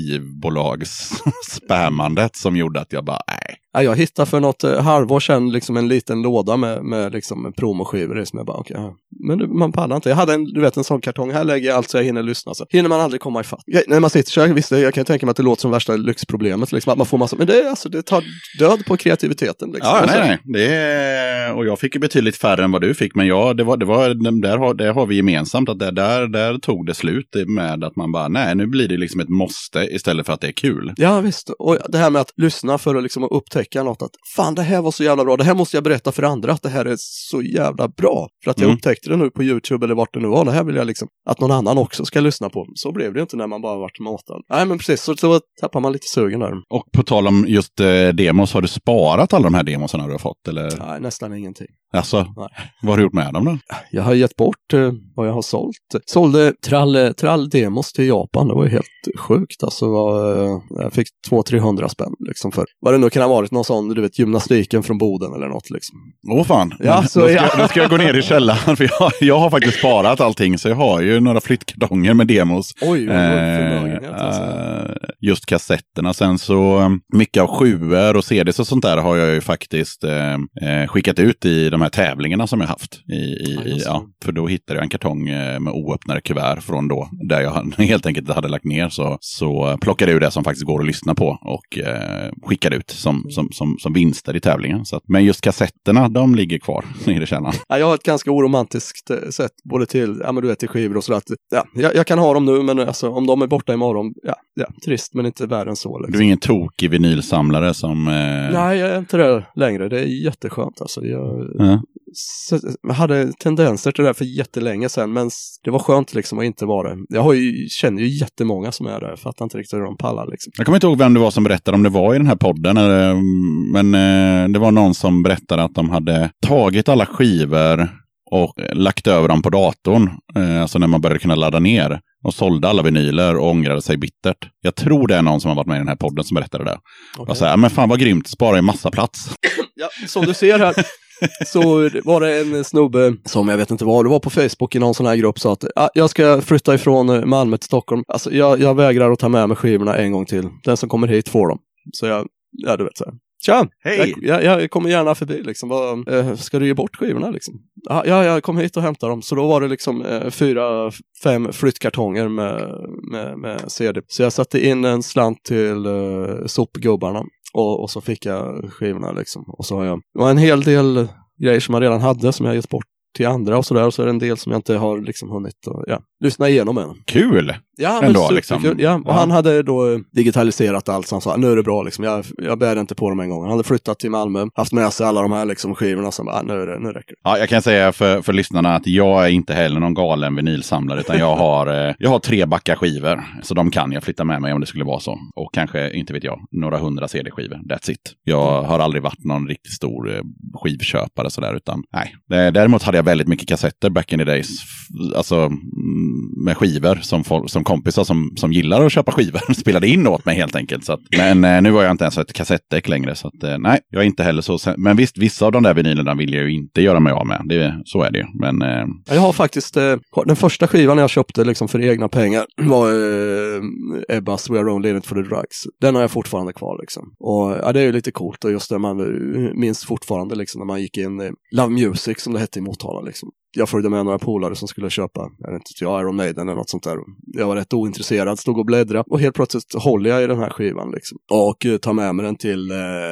Speaker 2: skivbolags-spammandet som gjorde att jag bara, nej.
Speaker 1: Ja, jag hittade för något halvår sedan liksom en liten låda med liksom promoskivor som jag bara, okej. Men man pallar inte. Jag hade en sån kartong. Här lägger jag allt så jag hinner lyssna. Så hinner man aldrig komma ifatt. När man sitter så här, visst, jag kan tänka mig att det låter som värsta lyxproblemet. Liksom, att man får massa, men det tar död på kreativiteten. Liksom.
Speaker 2: Ja, nej. Och jag fick ju betydligt färre än vad du fick. Men ja, det har vi gemensamt. Att där tog det slut med att man bara, nej, nu blir det liksom ett måste istället för att det är kul.
Speaker 1: Ja, visst. Och det här med att lyssna för att liksom upptäcka något. Att fan, det här var så jävla bra. Det här måste jag berätta för andra. Att det här är så jävla bra. För att jag upptäckte det nu på YouTube eller vart det nu var. Det här vill jag liksom att någon annan också ska lyssna på. Så blev det inte när man bara varit matad. Nej, men precis. Så tappar man lite sugen där. Och
Speaker 2: på tal om just demos, har du sparat alla de här demosarna du har fått? Eller?
Speaker 1: Nej, nästan ingenting.
Speaker 2: Alltså, nej. Vad har du gjort med dem då?
Speaker 1: Jag har gett bort vad jag har sålt. Sålde trall-demos till Japan. Det var ju helt sjukt. Alltså, jag fick 200-300 spänn liksom för vad det nu kan ha varit, någon sån, du vet, gymnastiken från Boden eller något liksom.
Speaker 2: Åh fan.
Speaker 1: Ja,
Speaker 2: då ska jag gå ner i källaren för jag har faktiskt sparat allting, så jag har ju några flyttkartonger med demos.
Speaker 1: Oj, förmögenhet alltså.
Speaker 2: Just kassetterna. Sen så mycket av 7:or och CDs och sånt där har jag ju faktiskt skickat ut i de här tävlingarna som jag haft. För då hittade jag en kartong med oöppnade kuvert från då, där jag helt enkelt hade lagt ner, så plockade jag ur det som faktiskt går att lyssna på och skickade ut som vinster i tävlingen. Så att, men just kassetterna, de ligger kvar i källaren.
Speaker 1: Ja, jag har ett ganska oromantiskt sätt både till, ja men du vet, till skivor och så att, ja, jag kan ha dem nu, men alltså, om de är borta imorgon, ja, trist, men inte värre än så. Liksom.
Speaker 2: Du är ingen tokig vinylsamlare som...
Speaker 1: Nej, jag är inte det längre. Det är jätteskönt alltså. Jag hade tendenser till det här för jättelänge sedan, men det var skönt liksom att inte vara det. Jag känner ju jättemånga som är där. Jag fattar inte riktigt hur de pallar liksom.
Speaker 2: Jag kommer inte ihåg vem det var som berättade, om det var i den här podden, men det var någon som berättade att de hade tagit alla skivor och lagt över dem på datorn, alltså när man började kunna ladda ner, och sålde alla vinyler och ångrade sig bittert. Jag tror det är någon som har varit med i den här podden som berättade det. Okay. Jag säger, men fan vad grymt, spara en massa plats.
Speaker 1: Ja, som du ser här så var det en snubbe som jag vet inte vad, det var på Facebook i någon sån här grupp, sa att jag ska flytta ifrån Malmö till Stockholm. Alltså jag vägrar att ta med mig skivorna en gång till. Den som kommer hit får dem. Så du vet så här. Tja!
Speaker 2: Hej!
Speaker 1: Jag kommer gärna förbi liksom. Ska du ge bort skivorna liksom? Ja, jag kom hit och hämtade dem. Så då var det liksom 4-5 flyttkartonger med CD. Så jag satte in en slant till sopgubbarna. Och så fick jag skivorna liksom. Och så har jag... Det var en hel del grejer som jag redan hade som jag gett bort till andra och sådär. Och så är det en del som jag inte har liksom hunnit lyssna igenom än.
Speaker 2: Kul!
Speaker 1: Ja, men
Speaker 2: ändå,
Speaker 1: superkul. Ja, och han hade då digitaliserat allt, så han sa, nu är det bra liksom. Jag bär inte på dem en gång. Han hade flyttat till Malmö, haft med sig alla de här liksom skivorna, så bara, nu räcker det.
Speaker 2: Ja, jag kan säga för lyssnarna att jag är inte heller någon galen vinylsamlare, utan jag har 3 backar skivor, så de kan jag flytta med mig om det skulle vara så. Och kanske, inte vet jag, några 100 CD-skivor. That's it. Jag har aldrig varit någon riktigt stor skivköpare sådär, utan nej. Däremot hade jag väldigt mycket kassetter back in the days, alltså med skivor som kompisar som gillar att köpa skivor spelade in åt mig helt enkelt. Så att, men nu var jag inte ens ett kassettdäck längre, så att nej, jag är inte heller så. Men visst, vissa av de där vinylerna vill jag ju inte göra mig av med. Så är det ju. Men
Speaker 1: jag har faktiskt den första skivan jag köpte liksom för egna pengar var Ebbas We Are Only In It For The Drugs. Den har jag fortfarande kvar liksom. Och ja, det är ju lite coolt, och just det man minns fortfarande liksom när man gick in i Love Music som det hette i Motala liksom. Jag följde med några polare som skulle köpa, Iron Maiden eller något sånt där. Jag var rätt ointresserad, stod och bläddra, och helt plötsligt håller jag i den här skivan liksom. Och tar med mig den till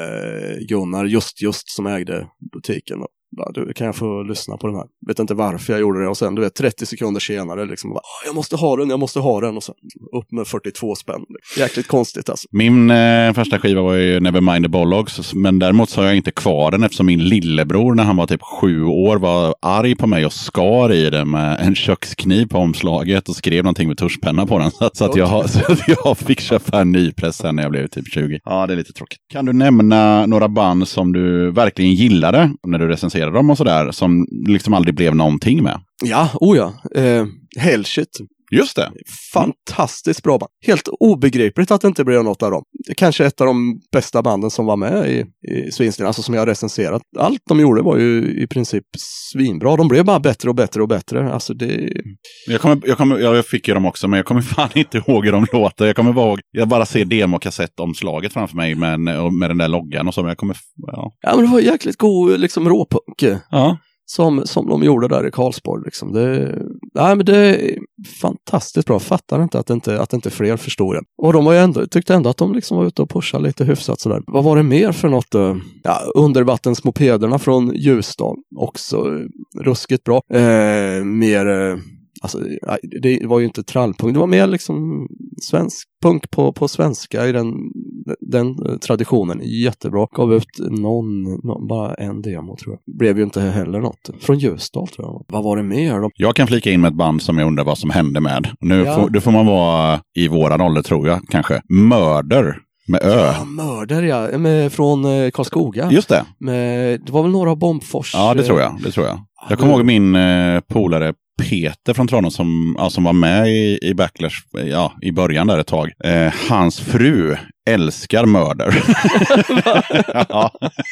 Speaker 1: Gunnar just som ägde butiken. Du, kan jag få lyssna på den här? Vet inte varför jag gjorde det, och sen 30 sekunder senare liksom, jag måste ha den, och sen upp med 42 spänn. Jäkligt konstigt alltså.
Speaker 2: Min första skiva var ju Nevermind the Bollocks, men däremot så har jag inte kvar den eftersom min lillebror när han var typ 7 år var arg på mig och skar i det med en kökskniv på omslaget och skrev någonting med tuschpenna på den, så att jag fick köpa en ny press sen när jag blev typ 20. Ja, det är lite tråkigt. Kan du nämna några band som du verkligen gillade när du recenserade dem och sådär, som liksom aldrig blev någonting med?
Speaker 1: Ja, Hellshit.
Speaker 2: Just det.
Speaker 1: Fantastiskt bra band. Helt obegripligt att det inte blev något av dem. Det är kanske ett av de bästa banden som var med i Svinsten, alltså som jag har recenserat. Allt de gjorde var ju i princip svinbra. De blev bara bättre och bättre och bättre. Alltså det... Jag fick ju dem också, men jag kommer fan inte ihåg hur de låter. Jag bara ser demokassettomslaget framför mig med den där loggan och så, men jag kommer... Ja, men det var jäkligt god liksom råpunk. Ja. Som de gjorde där i Karlsborg liksom. Det är fantastiskt bra. Fattar inte att inte fler förstår det. Och de var tyckte ändå att de liksom var ute och pushade lite hyfsat sådär. Vad var det mer för något? Undervattensmopederna från Ljusdal. Också ruskigt bra. Alltså, det var ju inte trallpunk. Det var mer liksom svensk punk på svenska i den traditionen. Jättebra. Gav ut bara en demo tror jag. Blev ju inte heller något. Från Ljusdal tror jag. Vad var det mer då? Jag
Speaker 2: kan flika in med ett band som jag undrar vad som hände med. Nu får man vara i våran ålder tror jag kanske. Mörder. Med Ö.
Speaker 1: Ja, Mörder ja. Från Karlskoga.
Speaker 2: Just det.
Speaker 1: Det var väl några Bombfors.
Speaker 2: Ja, det tror jag. Jag kommer ihåg min polare Peter från Tranås som var med i Backlash i början där ett tag. Hans fru älskar Mörder. Ja.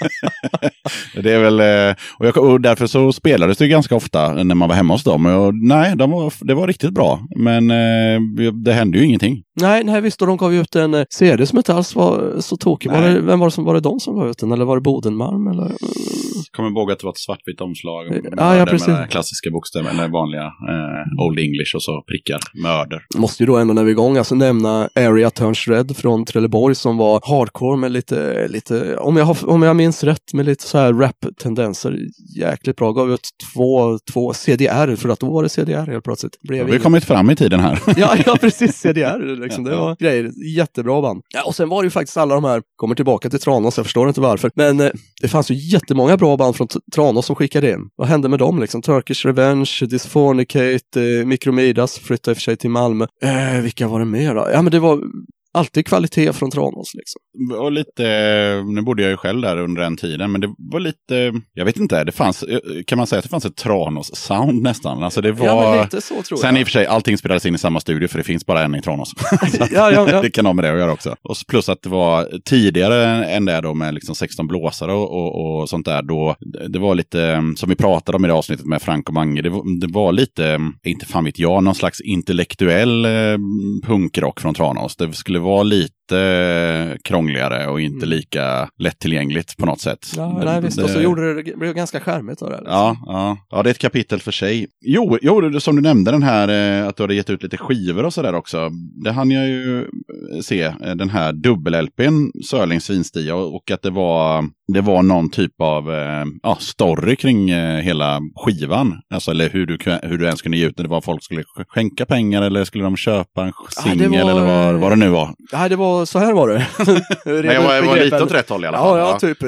Speaker 2: Det är väl och därför så spelades det ganska ofta när man var hemma hos dem. Och nej, det var riktigt bra. Men det hände ju ingenting.
Speaker 1: Nej, visst, och de gav ut en CD som inte alls var så tokig. Var det de som gav ut den? Eller var det Bodenmalm? Eller?
Speaker 2: Jag kommer ihåg att det var ett svartvitt omslag.
Speaker 1: Ja, precis.
Speaker 2: Med klassiska bokstäver, eller vanliga Old English och så prickar. Mörder.
Speaker 1: Måste ju då ändå när vi är igång nämna Area Turns Red från Trelleborg som var hardcore med lite om jag minns rätt, med lite så här rap-tendenser. Jäkligt bra. Gav ut två CDR, för att då var det CDR helt plötsligt.
Speaker 2: Vi har kommit fram i tiden här.
Speaker 1: ja, precis. CDR. Liksom. Det var grejer. Jättebra band. Ja, och sen var det ju faktiskt alla de här, kommer tillbaka till Tranås, jag förstår inte varför. Men det fanns ju jättemånga bra band från Tranås som skickade in. Vad hände med dem liksom? Turkish Revenge, Dysfornicate, Micromidas flyttade i och för sig till Malmö. Vilka var det mer då? Ja, men det var alltid kvalitet från Tranås liksom.
Speaker 2: Och lite, nu bodde jag ju själv där under den tiden, men det var lite, jag vet inte, det fanns, kan man säga att det fanns ett Tranås-sound nästan. Alltså det var,
Speaker 1: ja, men lite så tror jag.
Speaker 2: Sen i och för sig, allting spelades in i samma studio för det finns bara en i Tranås.
Speaker 1: ja.
Speaker 2: Det kan ha med det att göra också. Och plus att det var tidigare än det då med liksom 16 blåsare och sånt där, då det var lite, som vi pratade om i det avsnittet med Frank och Mange, det var lite, inte fan vet jag, någon slags intellektuell punkrock från Tranås. Det skulle vara lite lite krångligare och inte lika lättillgängligt på något sätt.
Speaker 1: Ja, nej, visst. Och så det blev ganska charmigt av det. Liksom.
Speaker 2: Ja, det är ett kapitel för sig. Jo, som du nämnde den här att du hade gett ut lite skivor och sådär också. Det hann jag ju se, den här dubbel-LPn Sörlings Svinstia, och att det var någon typ av story kring hela skivan. Alltså, eller hur du ens kunde ge ut det. Det var folk skulle skänka pengar eller skulle de köpa en singel eller vad det nu var.
Speaker 1: Nej, det var så här var det.
Speaker 2: Men jag var lite åt rätt håll i alla fall.
Speaker 1: Ja, typ.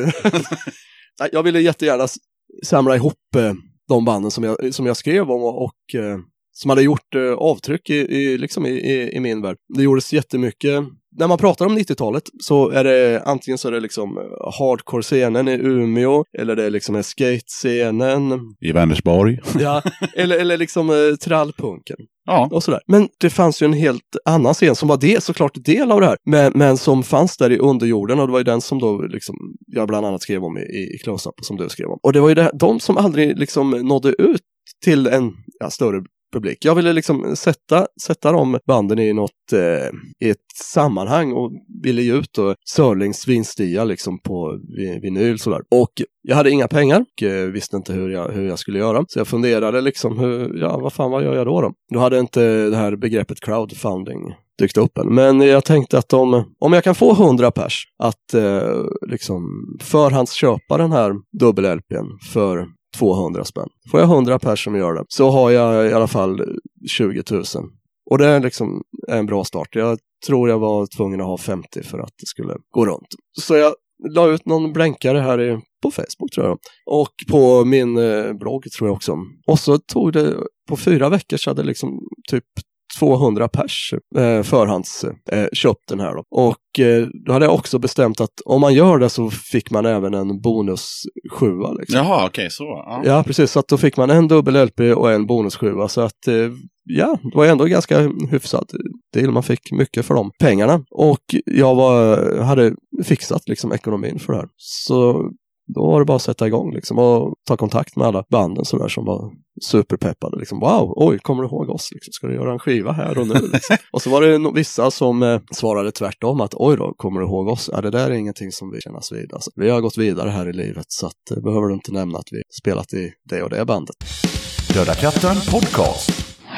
Speaker 1: Jag ville jättegärna samla ihop de banden som jag skrev om och som hade gjort avtryck i min värld. Det gjordes jättemycket. När man pratar om 90-talet så är det antingen så är det liksom hardcore-scenen i Umeå, eller det är liksom skate-scenen
Speaker 2: i Vänersborg.
Speaker 1: Ja, eller liksom trallpunken.
Speaker 2: Ja.
Speaker 1: Och sådär. Men det fanns ju en helt annan scen som var såklart del av det här. Men som fanns där i underjorden, och det var ju den som då liksom jag bland annat skrev om i Close-Up, som du skrev om. Och det var ju de som aldrig liksom nådde ut till en större publik. Jag ville liksom sätta de banden i i ett sammanhang och ville ge ut Sörlings Svinstia liksom på vinyl sådär. Och jag hade inga pengar och visste inte hur jag skulle göra. Så jag funderade liksom vad gör jag då? Då hade inte det här begreppet crowdfunding dykt upp än. Men jag tänkte att om jag kan få 100 pers att liksom förhandsköpa den här dubbel-LPn för 200 spänn. Får jag 100 pers som gör det, så har jag i alla fall 20 000. Och det är liksom en bra start. Jag tror jag var tvungen att ha 50 för att det skulle gå runt. Så jag la ut någon blänkare här på Facebook tror jag. Och på min blogg tror jag också. Och så tog det på 4 veckor så hade liksom typ 200 pers förhands köpt den här då. Och då hade jag också bestämt att om man gör det så fick man även en bonus 7 liksom.
Speaker 2: Jaha, okej, så.
Speaker 1: Ja, precis. Så att då fick man en dubbel-LP och en bonus 7. Så att det var ändå ganska hyfsat deal. Man fick mycket för de pengarna. Och jag hade fixat liksom ekonomin för det här. Så då var det bara att sätta igång liksom, och ta kontakt med alla banden så där, som var superpeppade. Liksom, wow, oj, kommer du ihåg oss? Liksom, ska du göra en skiva här och nu? Liksom. Och så var det vissa som svarade tvärtom att oj då, kommer du ihåg oss? Det där är ingenting som vi kännas vid. Alltså, vi har gått vidare här i livet, så att behöver du inte nämna att vi spelat i det och det bandet.
Speaker 2: Döda katten podcast.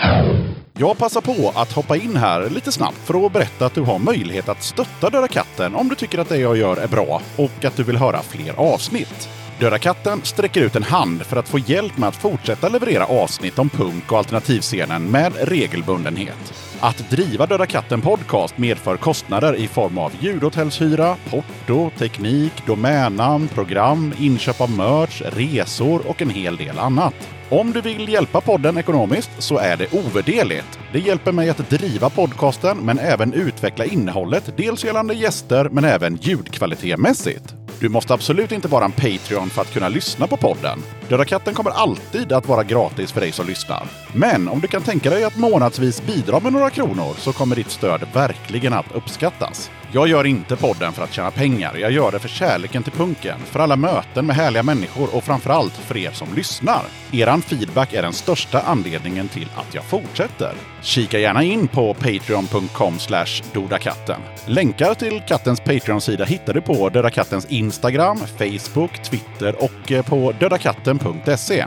Speaker 2: Jag passar på att hoppa in här lite snabbt för att berätta att du har möjlighet att stötta Döda katten om du tycker att det jag gör är bra och att du vill höra fler avsnitt. Döda katten sträcker ut en hand för att få hjälp med att fortsätta leverera avsnitt om punk- och alternativscenen med regelbundenhet. Att driva Döda katten podcast medför kostnader i form av ljudhotellshyra, porto, teknik, domännamn, program, inköp av merch, resor och en hel del annat. Om du vill hjälpa podden ekonomiskt så är det ovärderligt. Det hjälper mig att driva podcasten men även utveckla innehållet, dels gällande gäster men även ljudkvalitetmässigt. Du måste absolut inte vara en Patreon för att kunna lyssna på podden. Döda katten kommer alltid att vara gratis för dig som lyssnar. Men om du kan tänka dig att månadsvis bidra med några kronor så kommer ditt stöd verkligen att uppskattas. Jag gör inte podden för att tjäna pengar. Jag gör det för kärleken till punken, för alla möten med härliga människor och framförallt för er som lyssnar. Eran feedback är den största anledningen till att jag fortsätter. Kika gärna in på patreon.com/dodakatten. Länkar till kattens Patreon-sida hittar du på Döda kattens Instagram, Facebook, Twitter och på dödakatten.se.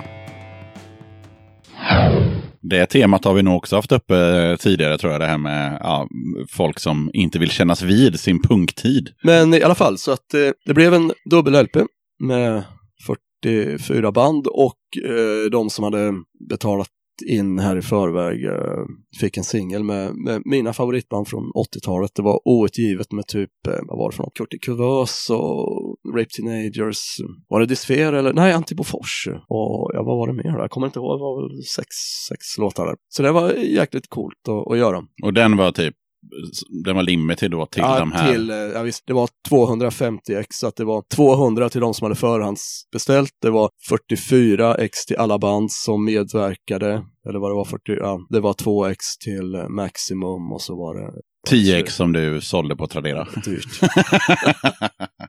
Speaker 2: Det temat har vi nog också haft uppe tidigare, tror jag, det här med folk som inte vill kännas vid sin punktid.
Speaker 1: Men i alla fall, så att det blev en dubbel-LP med 44 band och de som hade betalat in här i förväg fick en singel med mina favoritband från 80-talet. Det var outgivet med typ, vad var det för något? Kurt Kuvös och Rape Teenagers. Var det Disfer eller? Nej, Antibofors. Och vad var det mer? Jag kommer inte ihåg, det var väl sex låtar där. Så det var jäkligt coolt att göra.
Speaker 2: Och den var limited då till de här?
Speaker 1: Visst, det var 250 ex, så att det var 200 till de som hade förhandsbeställt. Det var 44 ex till alla band som medverkade. Eller vad det var, det var 2 ex till Maximum och så var det
Speaker 2: 10 ex som du sålde på Tradera.
Speaker 1: Dyrt.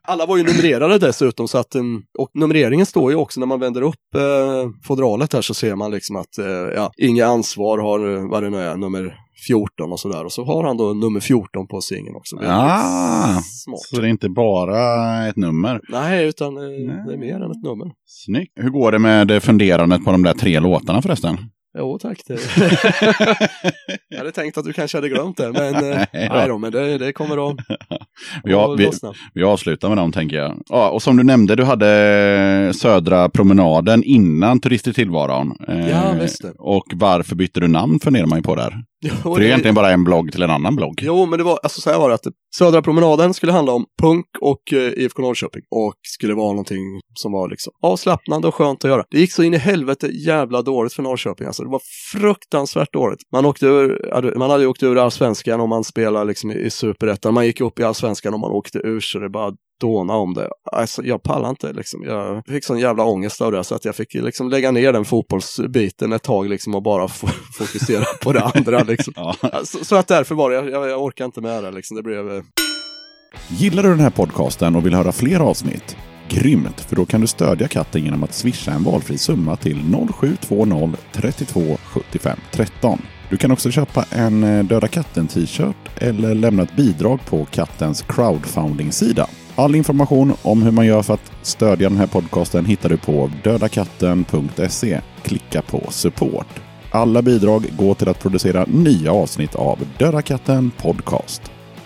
Speaker 1: Alla var ju numrerade dessutom, så att, och numreringen står ju också när man vänder upp fodralet här, så ser man liksom att inga ansvar har vad det nu är, nummer 14 och sådär. Och så har han då nummer 14 på singeln också.
Speaker 2: Smart. Så det är inte bara ett nummer?
Speaker 1: Nej, utan det är mer än ett nummer.
Speaker 2: Snyggt. Hur går det med funderandet på de där 3 låtarna förresten?
Speaker 1: Jo, tack. Jag hade tänkt att du kanske hade glömt det, men men det kommer att
Speaker 2: vi avslutar med dem, tänker jag. Ja, och som du nämnde, du hade Södra promenaden innan Turist i tillvaron.
Speaker 1: Ja, visst det.
Speaker 2: Och varför bytte du namn, funderar man ju på där?
Speaker 1: Jo,
Speaker 2: för det är egentligen bara en blogg till en annan blogg.
Speaker 1: Jo, men det var, alltså så här var det, att Södra promenaden skulle handla om punk och IFK Norrköping. Och skulle vara någonting som var liksom avslappnande och skönt att göra. Det gick så in i helvete jävla dåligt för Norrköping. Alltså det var fruktansvärt dåligt. Man hade åkt ur Allsvenskan om man spelade liksom i Superettan. Man gick upp i Allsvenskan om man åkte ur, så det bara dåna om det. Alltså, jag pallar inte liksom. Jag fick sån jävla ångest av det, så att jag fick liksom lägga ner den fotbollsbiten ett tag liksom, och bara fokusera på det andra liksom. Ja. Så att därför var det, jag orkar inte med det liksom. Det blev...
Speaker 2: Gillar du den här podcasten och vill höra fler avsnitt? Grymt, för då kan du stödja katten genom att swisha en valfri summa till 0720 32 75 13. Du kan också köpa en Döda katten t-shirt eller lämna ett bidrag på kattens crowdfunding-sida. All information om hur man gör för att stödja den här podcasten hittar du på dödakatten.se. Klicka på support. Alla bidrag går till att producera nya avsnitt av Döda katten podcast.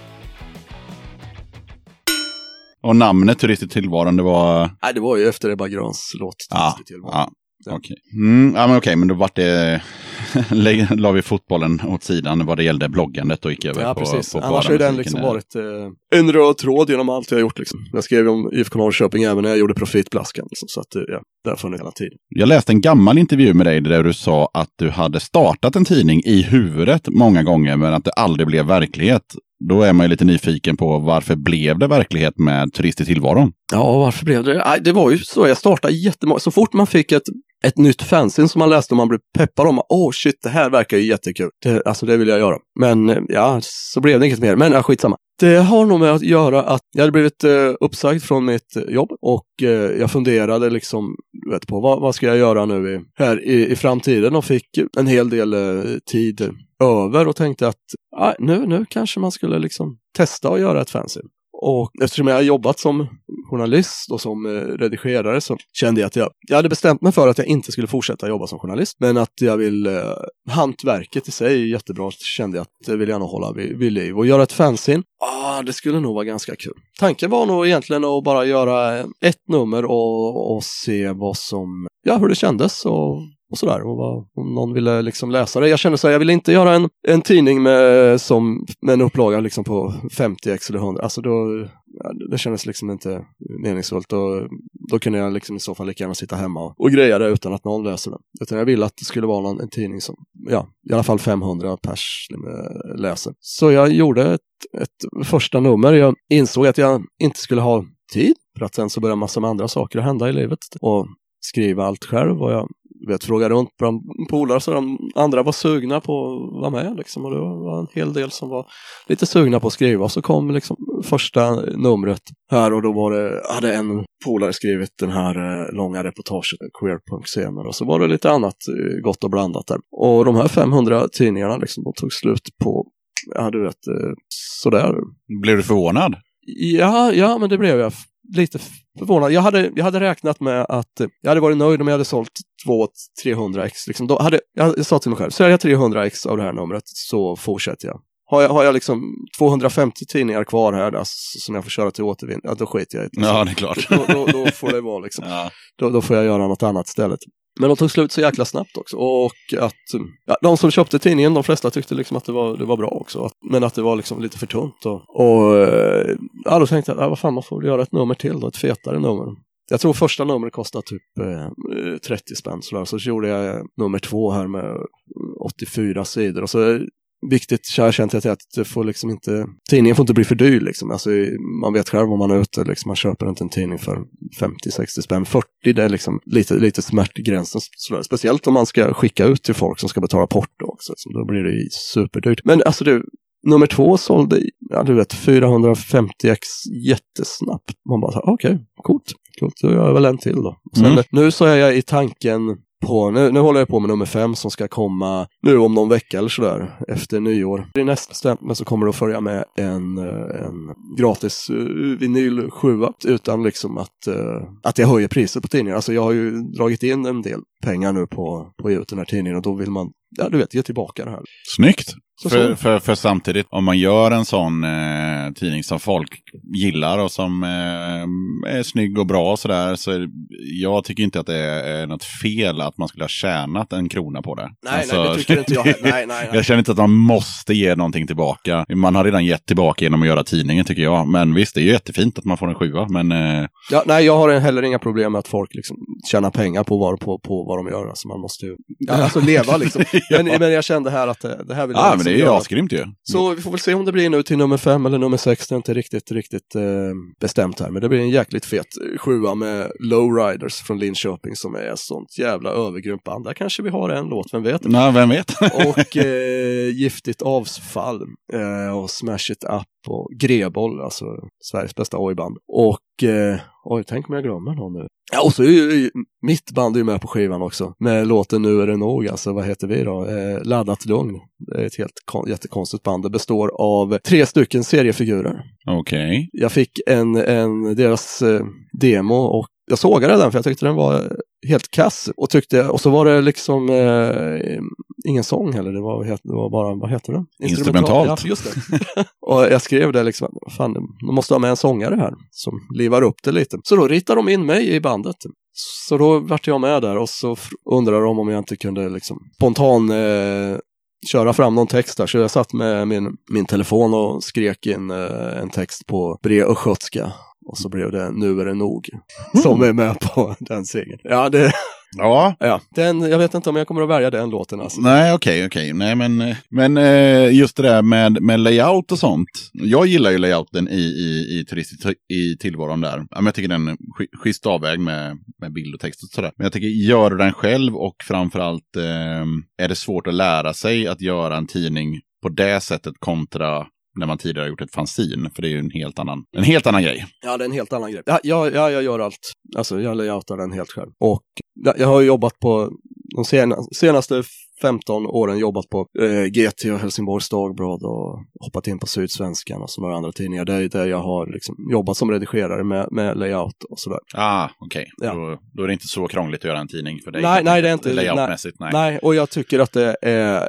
Speaker 2: Och namnet Turist i tillvaron, det var...
Speaker 1: Nej, det var ju efter Ebba Gröns låt Turist i tillvaron.
Speaker 2: Ja. Okej. Okej, men då var det la vi fotbollen åt sidan vad det gällde bloggandet och gick över
Speaker 1: precis.
Speaker 2: På
Speaker 1: annars har den liksom varit en röd tråd genom allt jag har gjort liksom. Jag skrev om IFK Norrköping även när jag gjorde Profitblaskan liksom, så att därför hela tiden.
Speaker 2: Jag läste en gammal intervju med dig där du sa att du hade startat en tidning i huvudet många gånger, men att det aldrig blev verklighet. Då är man ju lite nyfiken på varför blev det verklighet med Turist i tillvaron? Ja,
Speaker 1: varför blev det? Nej, det var ju så, jag startade jättemånga. Så fort man fick ett nytt fanzine som man läste och man blev peppad om, shit, det här verkar ju jättekul. Det vill jag göra. Men så blev det inget mer. Men skitsamma. Det har nog med att göra att jag hade blivit uppsagd från mitt jobb och jag funderade liksom på vad ska jag göra nu i framtiden, och fick en hel del tid över och tänkte att nu kanske man skulle liksom testa att göra ett fanzine. Och eftersom jag har jobbat som journalist och som redigerare så kände jag att jag hade bestämt mig för att jag inte skulle fortsätta jobba som journalist, men att jag vill hantverket i sig är jättebra, kände jag att det vill jag nog hålla vid liv. Och göra ett fanzine, det skulle nog vara ganska kul. Tanken var nog egentligen att bara göra ett nummer och se hur det kändes och sådär, och om någon ville liksom läsa det. Jag kände så här, jag ville inte göra en tidning med en upplaga liksom på 50x eller 100. Alltså det kändes liksom inte meningsfullt, och då kunde jag liksom i så fall lika gärna sitta hemma och greja det utan att någon läser den. Utan jag ville att det skulle vara en tidning som, i alla fall 500 pers läser. Så jag gjorde ett första nummer. Jag insåg att jag inte skulle ha tid, för att sen så började massa med andra saker att hända i livet. Och skriva allt själv, och jag frågade runt på de polare, så de andra var sugna på att vara med liksom, och det var en hel del som var lite sugna på att skriva. Så kom liksom första numret här, och då hade en polare skrivit den här långa reportaget Queerpunk-scener, och så var det lite annat gott och blandat där. Och de här 500 tidningarna liksom, de tog slut på sådär.
Speaker 2: Blev du förvånad?
Speaker 1: Ja, men det blev jag lite förvånad. Jag hade räknat med att jag hade varit nöjd om jag hade sålt 200-300 ex. Liksom. Jag sa till mig själv, så är jag 300 ex av det här numret så fortsätter jag. Har jag liksom 250 tidningar kvar här som jag får köra till återvinning, då skiter jag i det.
Speaker 2: Ja, det är klart.
Speaker 1: Då får det vara liksom. Då får jag göra något annat istället. Men de tog slut så jäkla snabbt också. Och att de som köpte tidningen, de flesta tyckte liksom att det var bra också. Men att det var liksom lite för tunt. Och då tänkte jag, vad fan, man får göra ett nummer till då, ett fetare nummer. Jag tror första numret kostade typ 30 spänn. Så gjorde jag nummer 2 här med 84 sidor. Och så viktigt, jag har känt att det får liksom inte, tidningen får inte bli för dyr liksom. Alltså, man vet själv om man är ute liksom, man köper inte en tidning för 50-60 spänn, 40, det är liksom lite smärtgränsen sådär. Speciellt om man ska skicka ut till folk som ska betala porto också, liksom. Då blir det superdyrt. Men alltså nummer 2 sålde, 450 ex jättesnabbt. Man bara, okej, coolt, då gör jag väl en till då. Sen, nu så är jag i tanken på, nu håller jag på med nummer 5 som ska komma nu om någon vecka eller sådär, efter nyår. I nästa stämma så kommer det att följa med en gratis vinyl 7 utan liksom att jag höjer priset på tidningen. Alltså jag har ju dragit in en del pengar nu på att ge ut den här tidningen och då vill man, ge tillbaka det här.
Speaker 2: Snyggt! För samtidigt, om man gör en sån tidning som folk gillar och som är snygg och bra och sådär, så jag tycker inte att det är något fel att man skulle ha tjänat en krona på det.
Speaker 1: Nej, det tycker inte jag heller. Nej.
Speaker 2: Jag känner inte att man måste ge någonting tillbaka. Man har redan gett tillbaka genom att göra tidningen, tycker jag. Men visst, det är ju jättefint att man får en 7, men...
Speaker 1: jag har heller inga problem med att folk liksom tjänar pengar på vad de gör. Alltså man måste ju leva liksom. Men jag kände här att det här vill jag
Speaker 2: men det är ju asgrymt ju.
Speaker 1: Så vi får väl se om det blir nu till nummer 5 eller nummer 6. Det är inte riktigt bestämt här. Men det blir en jäkligt fet 7 med Lowriders från Linköping som är ett sånt jävla övergrymt band. Där kanske vi har en låt, vem vet?
Speaker 2: Nej, vem vet?
Speaker 1: Och Giftigt avfall och Smash It Up och Greboll, alltså Sveriges bästa oj-band. Och tänk om jag glömmer någon nu. Ja, och så är ju mitt band är ju med på skivan också. Med låten Nu är det nog, alltså vad heter vi då? Laddat lugn. Det är ett jättekonstigt band. Det består av 3 stycken seriefigurer.
Speaker 2: Okej.
Speaker 1: Jag fick en deras demo och jag sågade den för jag tyckte den var helt kass. Och så var det liksom ingen sång heller. Det var bara, vad heter det?
Speaker 2: Instrumentalt.
Speaker 1: Ja, just det. Och jag skrev det liksom, fan, de måste ha med en sångare här som livar upp det lite. Så då ritade de in mig i bandet. Så då vart jag med där och så undrade de om jag inte kunde liksom spontan köra fram någon text där. Så jag satt med min telefon och skrek in en text på östgötska. Och så blev det Nu är det nog som är med på den singeln. Ja, det...
Speaker 2: Ja.
Speaker 1: Jag vet inte om jag kommer att välja den låten alltså.
Speaker 2: Nej, okej. Nej, men just det där med layout och sånt. Jag gillar ju layouten i tillvaron där. Men jag tycker den är schysst avväg med bild och text och sådär. Men jag tycker, gör den själv och framförallt är det svårt att lära sig att göra en tidning på det sättet kontra när man tidigare har gjort ett fanzine, för det är ju en helt annan grej. Ja, det är en helt annan grej. Jag gör allt. Alltså, jag layoutar den helt själv. Och jag har jobbat på de senaste 15 åren jobbat på GT och Helsingborgs Dagblad och hoppat in på Sydsvenskan och så några andra tidningar där jag har liksom jobbat som redigerare med layout och sådär. Okej. Ja. Då är det inte så krångligt att göra en tidning för dig.
Speaker 1: Nej, det är inte
Speaker 2: layoutmässigt.
Speaker 1: Nej, och jag tycker att det är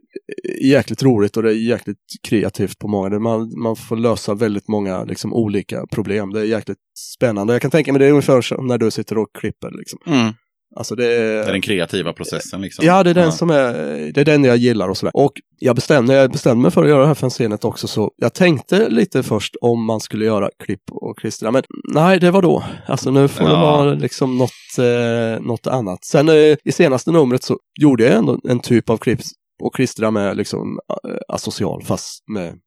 Speaker 1: jäkligt roligt och det är jäkligt kreativt på många. Man får lösa väldigt många liksom olika problem. Det är jäkligt spännande. Jag kan tänka mig det är ungefär som när du sitter och klipper liksom. Alltså det är
Speaker 2: den kreativa processen liksom.
Speaker 1: Ja, det är den som det är den jag gillar och sådär. Och när jag bestämde mig för att göra det här fanzinet också, så jag tänkte lite först om man skulle göra klipp och klistra, men nej, det var då. Alltså nu får det vara liksom något annat. Sen i senaste numret så gjorde jag ändå en typ av klipp och klistra med liksom asocial, fast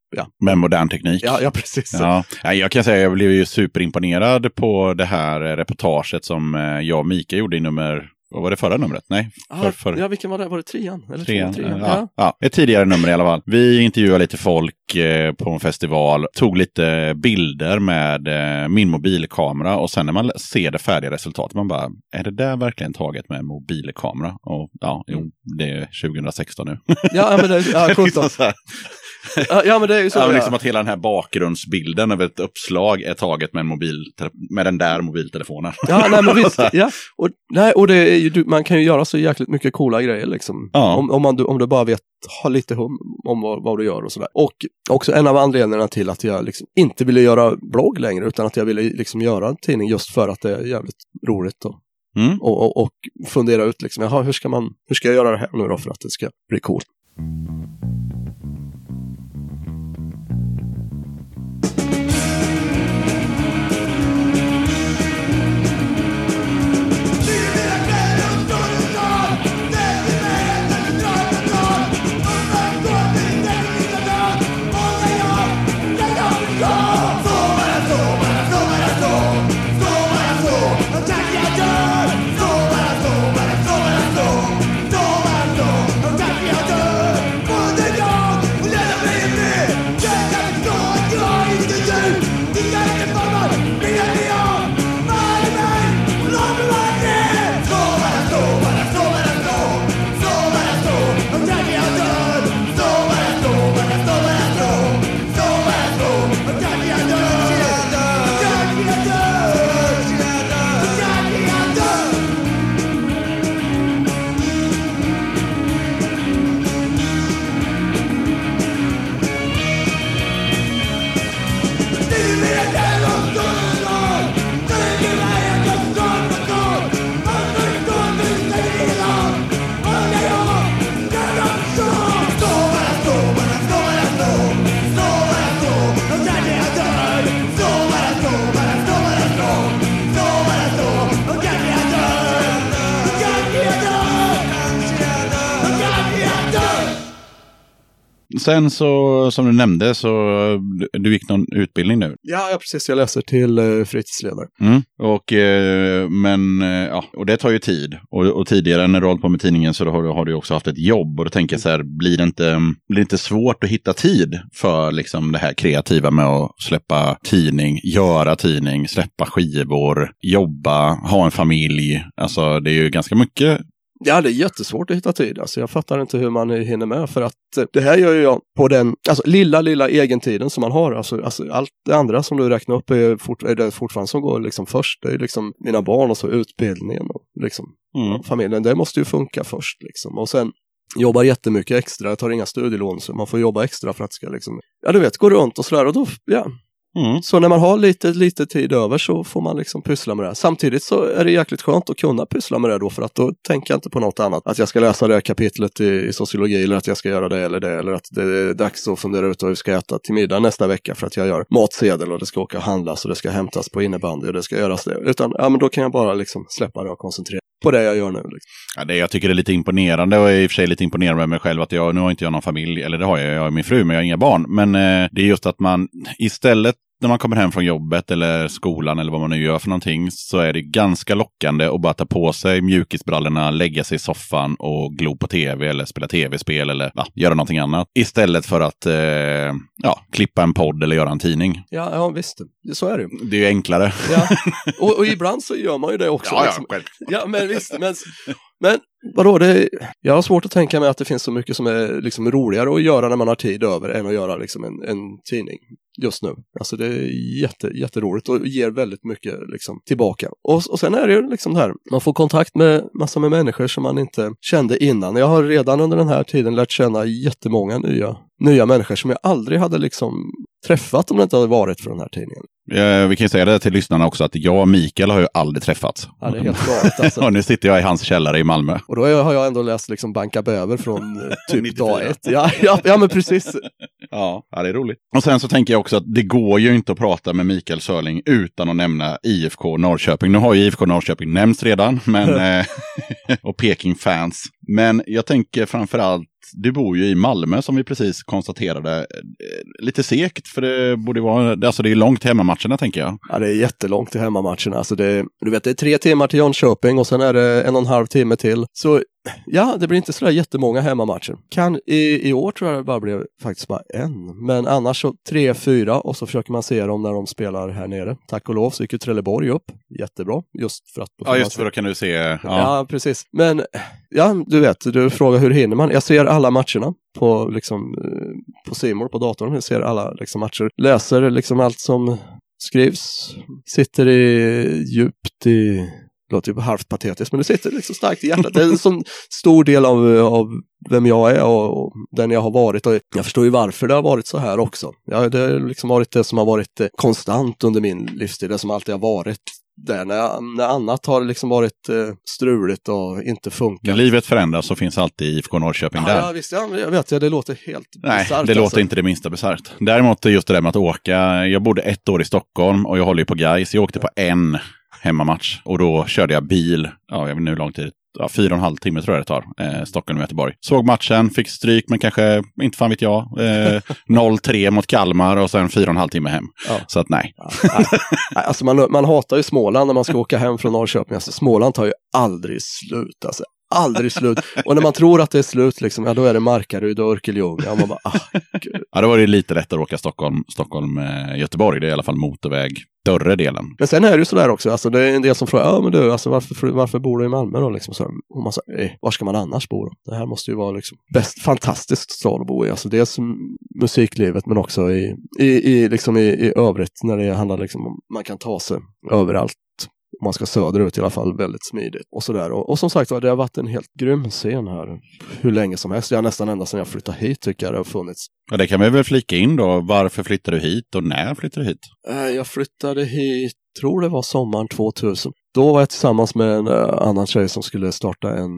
Speaker 1: med
Speaker 2: modern teknik.
Speaker 1: Ja, precis.
Speaker 2: Ja. Jag kan säga att jag blev ju superimponerad på det här reportaget som jag och Mika gjorde i vad var det förra numret? Nej.
Speaker 1: Ja, vilken var det? Var det 3:an? Eller
Speaker 2: 3:an? Ja, ett tidigare nummer i alla fall. Vi intervjuade lite folk på en festival, tog lite bilder med min mobilkamera och sen när man ser det färdiga resultatet, man bara, är det där verkligen taget med en mobilkamera? Och det är 2016 nu.
Speaker 1: Ja, men det är coolt. Ja, men det är ju så.
Speaker 2: Ja, liksom att hela den här bakgrundsbilden av ett uppslag är taget med den där mobiltelefonen.
Speaker 1: Ja, nej, men visst. Ja. Och det är ju, man kan ju göra så jäkligt mycket coola grejer liksom. Ja. Om du bara vet, ha lite hum om vad du gör och sådär. Och också en av anledningarna till att jag liksom inte ville göra blogg längre, utan att jag ville liksom göra en tidning just för att det är jävligt roligt och fundera ut liksom, hur ska jag göra det här nu då för att det ska bli coolt.
Speaker 2: Sen så, som du nämnde, så du gick någon utbildning nu.
Speaker 1: Ja, precis. Jag läser till fritidsledare.
Speaker 2: Och det tar ju tid. Och tidigare när du hållit på med tidningen så har du också haft ett jobb. Och då tänker jag så här, blir det inte svårt att hitta tid för liksom det här kreativa med att släppa tidning, göra tidning, släppa skivor, jobba, ha en familj. Alltså det är ju ganska mycket.
Speaker 1: Ja, det är jättesvårt att hitta tid. Alltså, jag fattar inte hur man hinner med, för att det här gör jag på den lilla egentiden som man har. Alltså allt det andra som du räknar upp är det fortfarande som går liksom först. Det är liksom mina barn och så utbildningen och liksom familjen. Det måste ju funka först liksom. Och sen jobbar jättemycket extra. Jag tar inga studielån, så man får jobba extra för att det ska liksom, gå runt och sådär. Och då, Så när man har lite tid över så får man liksom pyssla med det här. Samtidigt så är det jäkligt skönt att kunna pyssla med det då, för att då tänker jag inte på något annat. Att jag ska läsa det här kapitlet i sociologi, eller att jag ska göra det, eller att det är dags att fundera ut vad vi ska äta till middag nästa vecka för att jag gör matsedel och det ska åka och handlas och det ska hämtas på innebandy och det ska göras det. Utan men då kan jag bara liksom släppa det och koncentrera på det jag gör nu. Liksom.
Speaker 2: Ja, jag tycker det är lite imponerande, och är i och för sig lite imponerande med mig själv att nu har inte jag någon familj, eller det har jag har min fru, men jag har inga barn. Men det är just att man istället när man kommer hem från jobbet eller skolan eller vad man nu gör för någonting, så är det ganska lockande att bara ta på sig mjukisbrallorna, lägga sig i soffan och glo på tv eller spela tv-spel eller göra någonting annat. Istället för att klippa en podd eller göra en tidning.
Speaker 1: Ja, visst. Så är det.
Speaker 2: Det är ju enklare.
Speaker 1: Ja. Och ibland så gör man ju det också.
Speaker 2: Själv.
Speaker 1: Ja, men visst. Men vadå, jag har svårt att tänka mig att det finns så mycket som är liksom roligare att göra när man har tid över än att göra liksom en tidning just nu. Alltså det är jätteroligt och ger väldigt mycket liksom tillbaka. Och sen är det ju liksom det här, man får kontakt med massor med människor som man inte kände innan. Jag har redan under den här tiden lärt känna jättemånga nya människor som jag aldrig hade liksom träffat om det inte hade varit för den här tidningen.
Speaker 2: Vi kan ju säga det till lyssnarna också, att jag och Mikael har ju aldrig träffats.
Speaker 1: Ja, det är helt galet alltså.
Speaker 2: Och nu sitter jag i hans källare i Malmö.
Speaker 1: Och då har jag ändå läst liksom Banka Bäver från typ dag 1. Ja, men precis.
Speaker 2: Ja, det är roligt. Och sen så tänker jag också att det går ju inte att prata med Mikael Sörling utan att nämna IFK Norrköping. Nu har ju IFK Norrköping nämnts redan, men och Peking-fans. Men jag tänker framförallt, du bor ju i Malmö som vi precis konstaterade, lite segt, för det borde vara, alltså det är långt till hemmamatcherna tänker jag. Ja, det är jättelångt till hemmamatcherna. Alltså det är 3 timmar till Jönköping och sen är det 1,5 timme till. Så ja, det blir inte sådär jättemånga hemmamatcher. I år tror jag det bara blev faktiskt bara en. Men annars så 3-4 och så försöker man se dem när de spelar här nere. Tack och lov så gick ju Trelleborg upp. Jättebra. Just för att då kan du se.
Speaker 1: Ja, precis. Men ja, du frågar hur hinner man? Jag ser alla matcherna på C More på datorn. Jag ser alla liksom matcher. Läser liksom allt som skrivs. Sitter djupt i... Det låter ju halvt patetiskt, men det sitter liksom starkt i hjärtat. Det är en sån stor del av vem jag är och den jag har varit. Och jag förstår ju varför det har varit så här också. Ja, det har liksom varit det som har varit konstant under min livstid. Det som alltid har varit där. När annat har liksom varit struligt och inte funkat.
Speaker 2: När livet förändras så finns alltid IFK Norrköping där.
Speaker 1: Ja, visst. Jag vet, det låter helt
Speaker 2: bisarrt.
Speaker 1: Nej,
Speaker 2: det låter inte det minsta bisarrt. Däremot just det där med att åka. Jag bodde 1 år i Stockholm och jag håller ju på Gais. Jag åkte på en hemmamatch och då körde jag bil, jag vet inte hur lång tid, 4,5 timmar tror jag det tar, Stockholm och Göteborg. Såg matchen, fick stryk, men kanske, inte fan vet jag, 0-3 mot Kalmar och sen 4,5 timmar hem. Ja. Så att nej.
Speaker 1: Alltså man hatar ju Småland när man ska åka hem från Norrköping. Alltså Småland tar ju aldrig slut, alltså. Aldrig slut. Och när man tror att det är slut liksom, då är det Markaryd och Örkelljunga. Ja, man bara, gud.
Speaker 2: Ja, då var det lite lättare att åka Stockholm-Göteborg. Det är i alla fall motorväg, större delen.
Speaker 1: Men sen är det ju sådär också, alltså det är en del som frågar, men du, alltså varför bor du i Malmö då? Liksom så, och man säger, var ska man annars bo då? Det här måste ju vara liksom fantastiskt stad att bo i. Alltså dels musiklivet, men också i övrigt när det handlar liksom om man kan ta sig överallt. man ska söderut i alla fall, väldigt smidigt. Och sådär. Och som sagt, det har varit en helt grym scen här. Hur länge som helst. Jag nästan ända sedan jag flyttade hit tycker jag det har funnits.
Speaker 2: Ja, det kan vi väl flika in då. Varför flyttade du hit och när flyttade du hit?
Speaker 1: Jag flyttade hit, tror det var sommaren 2000. Då var jag tillsammans med en annan tjej som skulle starta en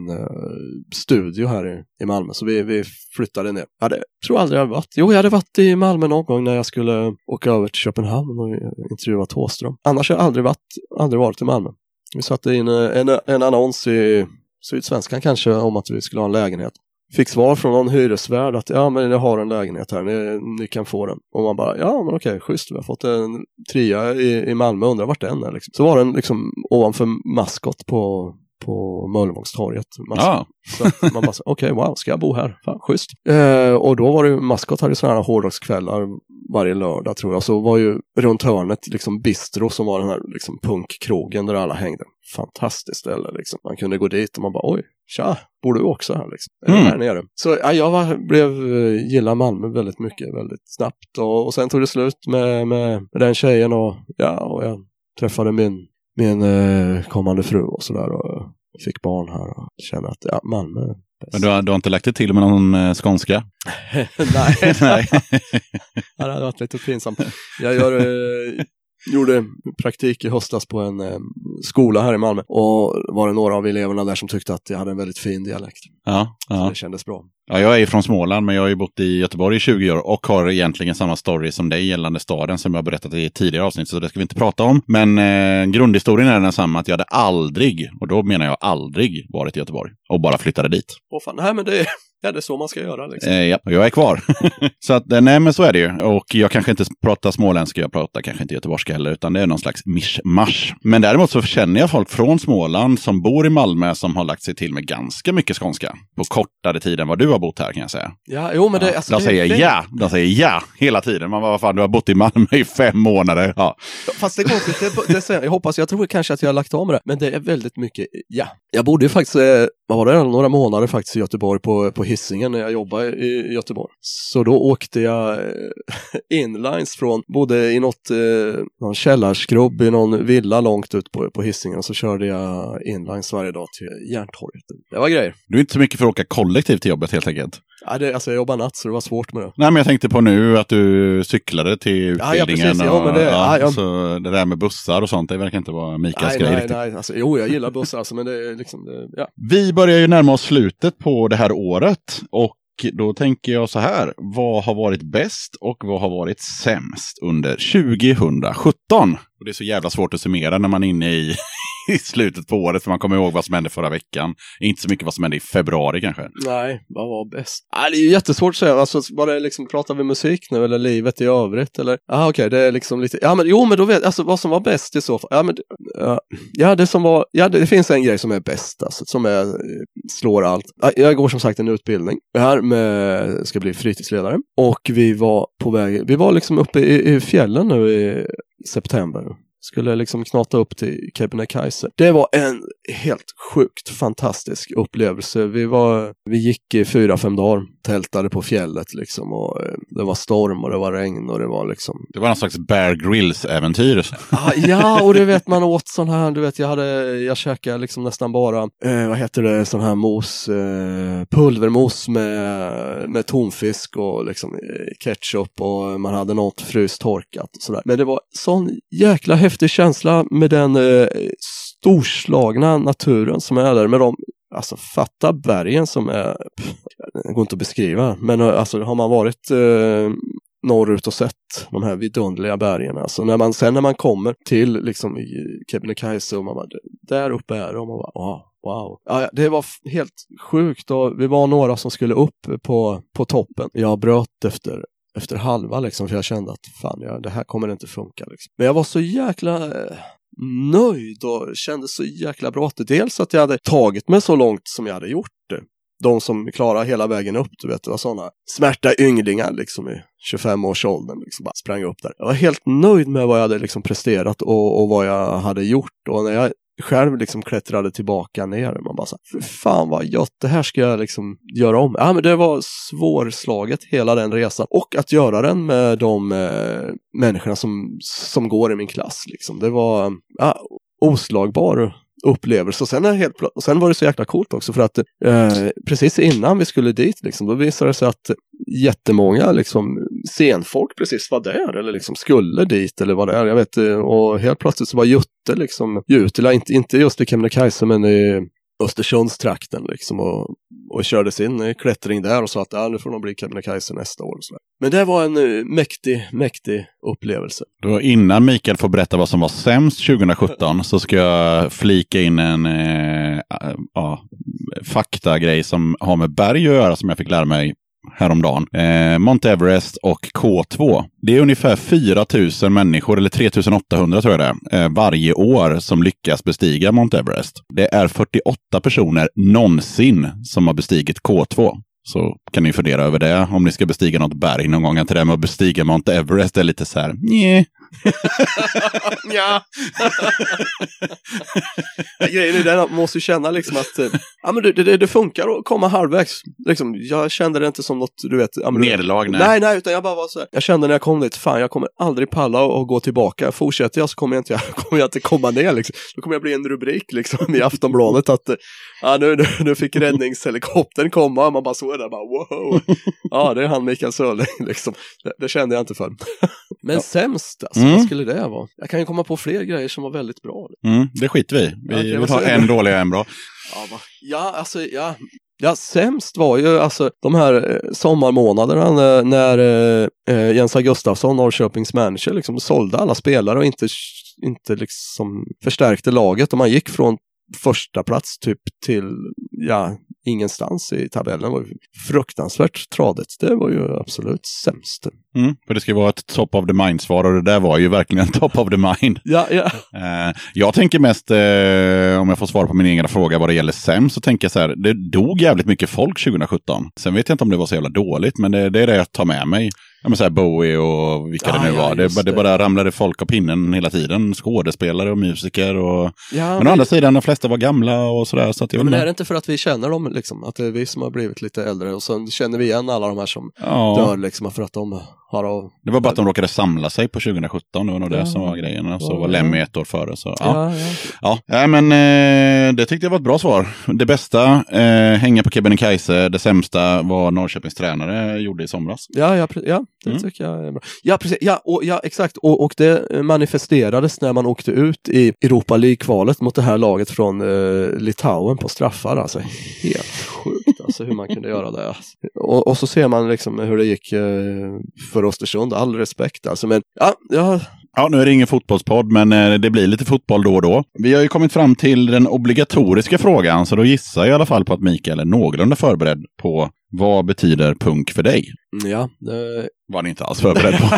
Speaker 1: studio här i Malmö. Så vi flyttade ner. Tror aldrig jag hade varit. Jo, jag hade varit i Malmö någon gång när jag skulle åka över till Köpenhamn och intervjua Thåström. Annars har jag aldrig varit i Malmö. Vi satte in en annons i Sydsvenskan kanske om att vi skulle ha en lägenhet. Fick svar från någon hyresvärd att ja, men jag har en lägenhet här, ni kan få den. Och man bara, ja men okej, schysst, vi har fått en trea i Malmö, undrar vart den är liksom. Så var den liksom ovanför Maskott på Möllevångstorget.
Speaker 2: Ja.
Speaker 1: Så man bara, okej, wow, ska jag bo här? Fan, schysst. Och då var det ju, Maskott hade sådana här hårdrockskvällar varje lördag tror jag. Så var ju runt hörnet liksom Bistro som var den här liksom punkkrogen där alla hängde. Fantastiskt ställe liksom. Man kunde gå dit och man bara, oj, tja, bor du också här liksom? Här nere. Så ja, jag gillade Malmö väldigt mycket, väldigt snabbt. Och sen tog det slut med den tjejen och jag träffade min kommande fru och sådär och fick barn här och kände att Malmö är bäst.
Speaker 2: Men du har inte lagt det till med någon skånska?
Speaker 1: Nej.
Speaker 2: Nej.
Speaker 1: Det hade varit lite pinsamt. Jag gjorde praktik i höstas på en skola här i Malmö och var det några av eleverna där som tyckte att jag hade en väldigt fin dialekt.
Speaker 2: Ja.
Speaker 1: Så det kändes bra.
Speaker 2: Ja, jag är från Småland men jag har ju bott i Göteborg i 20 år och har egentligen samma story som dig gällande staden som jag berättat i tidigare avsnitt, så det ska vi inte prata om. Men grundhistorien är densamma, att jag hade aldrig, och då menar jag aldrig, varit i Göteborg och bara flyttade dit.
Speaker 1: Nej men det är så man ska göra liksom.
Speaker 2: Ja, jag är kvar. Så att, nej men så är det ju. Och jag kanske inte pratar småländska, jag pratar kanske inte göteborgska heller, utan det är någon slags mishmash. Men däremot så känner jag folk från Småland som bor i Malmö som har lagt sig till med ganska mycket skånska på kortare tid än vad du har bott här, kan jag säga.
Speaker 1: Ja, jo men det... Alltså,
Speaker 2: de säger ja hela tiden. Man bara, vad fan, du har bott i Malmö i 5 månader. Ja.
Speaker 1: Fast det är konstigt, jag tror kanske att jag har lagt om det, men det är väldigt mycket ja. Jag bodde ju faktiskt, några månader faktiskt i Göteborg på Hisingen när jag jobbade i Göteborg. Så då åkte jag inlines bodde i någon källarskrubb i någon villa långt ut på Hisingen, och så körde jag inlines varje dag till Järntorget. Det var grejer.
Speaker 2: Du är inte så mycket för att åka kollektivt till jobbet helt enkelt.
Speaker 1: Ja, jag jobbar natt så det var svårt med det.
Speaker 2: Nej, men jag tänkte på nu att du cyklade till utbildningen. Så det där med bussar och sånt, det verkar inte vara Mikaels grej riktigt.
Speaker 1: Nej, alltså, jo, jag gillar bussar alltså, men det är liksom, ja.
Speaker 2: Vi börjar ju närma oss slutet på det här året och då tänker jag så här, vad har varit bäst och vad har varit sämst under 2017? Och det är så jävla svårt att summera när man är inne i slutet på året, för man kommer ihåg vad som hände förra veckan. Inte så mycket vad som hände i februari kanske.
Speaker 1: Nej, vad var bäst? Det är ju jättesvårt att säga. Alltså, var det liksom, pratar vi musik nu eller livet i övrigt? Eller? Okej, det är liksom lite... Ja, men då vet alltså vad som var bäst i så fall. Det finns en grej som är bäst, alltså, som slår allt. Jag går som sagt en utbildning. Jag ska bli fritidsledare. Och vi var liksom uppe i fjällen nu i september. Skulle liksom knata upp till Kebnekaise. Det var en helt sjukt fantastisk upplevelse. Vi gick i 4-5 dagar, tältade på fjället liksom, och det var storm och det var regn och det var liksom...
Speaker 2: Det var någon slags Bear Grylls-äventyr.
Speaker 1: Ja, och du vet, man åt sån här, du vet, jag käkade liksom nästan bara, sån här mos, pulvermos med tonfisk och liksom ketchup, och man hade något frystorkat och sådär. Men det var sån jäkla häftig känsla med den storslagna naturen som är där, med de fatta bergen som det går inte att beskriva, men alltså har man varit norrut och sett de här vidunderliga bergen, alltså när man kommer till liksom i Kebnekaise och man bara, där uppe är det, och man bara, wow. Ja, det var helt sjukt, och vi var några som skulle upp på toppen. Jag bröt efter halva liksom, för jag kände att det här kommer inte funka liksom. Men jag var så jäkla nöjd och kände så jäkla bra att dels att jag hade tagit mig så långt som jag hade gjort det. De som klarar hela vägen upp, du vet, det var sådana smärta ynglingar liksom i 25-årsåldern liksom, bara sprang upp där. Jag var helt nöjd med vad jag hade liksom presterat och vad jag hade gjort, och när jag själv liksom klättrade tillbaka ner, man bara så här, fan vad gött, det här ska jag liksom göra om. Ja, men det var svårslaget hela den resan, och att göra den med de människorna som går i min klass liksom. Det var oslagbar upplevelse. Och sen var det så jäkla coolt också för att precis innan vi skulle dit liksom, då visade det sig att jättemånga liksom scenfolk precis var där eller liksom skulle dit eller vad det är, jag vet, och helt plötsligt så var Jutte liksom Jutila, inte just i Kebnekaise men i Östersundstrakten liksom och körde sin klättring där och sa att nu får de bli Kebnekaise nästa år och så där. Men det var en mäktig upplevelse.
Speaker 2: Då innan Mikael får berätta vad som var sämst 2017 så ska jag flika in en faktagrej som har med berg att göra som jag fick lära mig häromdagen. Mount Everest och K2. Det är ungefär 4 000 människor, eller 3 800 tror jag det är, varje år som lyckas bestiga Mount Everest. Det är 48 personer någonsin som har bestigit K2. Så kan ni fundera över det om ni ska bestiga något berg någon gång. Att det där med att bestiga Mount Everest är lite så här, nej.
Speaker 1: Ja. Grejen är den att man måste känna liksom att men det funkar att komma halvvägs. Liksom, jag kände det inte som något, du vet,
Speaker 2: nederlag,
Speaker 1: nej, utan jag bara var så här. Jag kände när jag kom dit, fan, jag kommer aldrig palla och gå tillbaka. Fortsätter jag så kommer jag inte komma ner liksom. Då kommer jag bli en rubrik liksom i Aftonbladet att nu fick räddningshelikoptern komma och man bara såg det där, bara wow. Ja, det är han Mikael Sörling liksom. Det kände jag inte för. Men sämst, alltså, vad skulle det vara? Jag kan ju komma på fler grejer som var väldigt bra.
Speaker 2: Det skiter vi. Vi tar en dålig och en bra.
Speaker 1: Ja, sämst var ju alltså de här sommarmånaderna när Jens Gustafsson, Norrköpings manager, liksom sålde alla spelare och inte liksom förstärkte laget. Och man gick från första plats typ till ingenstans i tabellen. Det var fruktansvärt tradigt. Det var ju absolut sämst.
Speaker 2: För det ska vara ett top of the mind-svar och det där var ju verkligen en top of the mind.
Speaker 1: Ja.
Speaker 2: Jag tänker mest, om jag får svara på min egen fråga vad det gäller sämst, så tänker jag så här, det dog jävligt mycket folk 2017. Sen vet jag inte om det var så jävla dåligt, men det är det jag tar med mig. Ja, men så här Bowie och vilka det nu var. Det bara ramlade folk av pinnen hela tiden. Skådespelare och musiker. Men å andra sidan, de flesta var gamla och sådär. Så att
Speaker 1: men är det inte för att vi känner dem liksom? Att det är vi som har blivit lite äldre. Och så känner vi igen alla de här som dör liksom. För att de har... Det
Speaker 2: var bara att de råkade samla sig på 2017. Det var nog det som var grejen. Och så var Lemmy ett år före. Så, men det tyckte jag var ett bra svar. Det bästa, hänga på Kebnekaise. Det sämsta var Norrköpings tränare gjorde i somras.
Speaker 1: Ja, det tycker jag är bra. Ja, precis. Ja, exakt. Och det manifesterades när man åkte ut i Europa League-kvalet mot det här laget från Litauen på straffar. Alltså helt sjukt alltså, hur man kunde göra det. Och så ser man liksom hur det gick för Östersund. All respekt alltså. Men
Speaker 2: Ja, nu är det ingen fotbollspodd, men det blir lite fotboll då och då. Vi har ju kommit fram till den obligatoriska frågan, så då gissar jag i alla fall på att Mikael är någorlunda förberedd på vad betyder punk för dig?
Speaker 1: Ja,
Speaker 2: var ni inte alls förberedd på.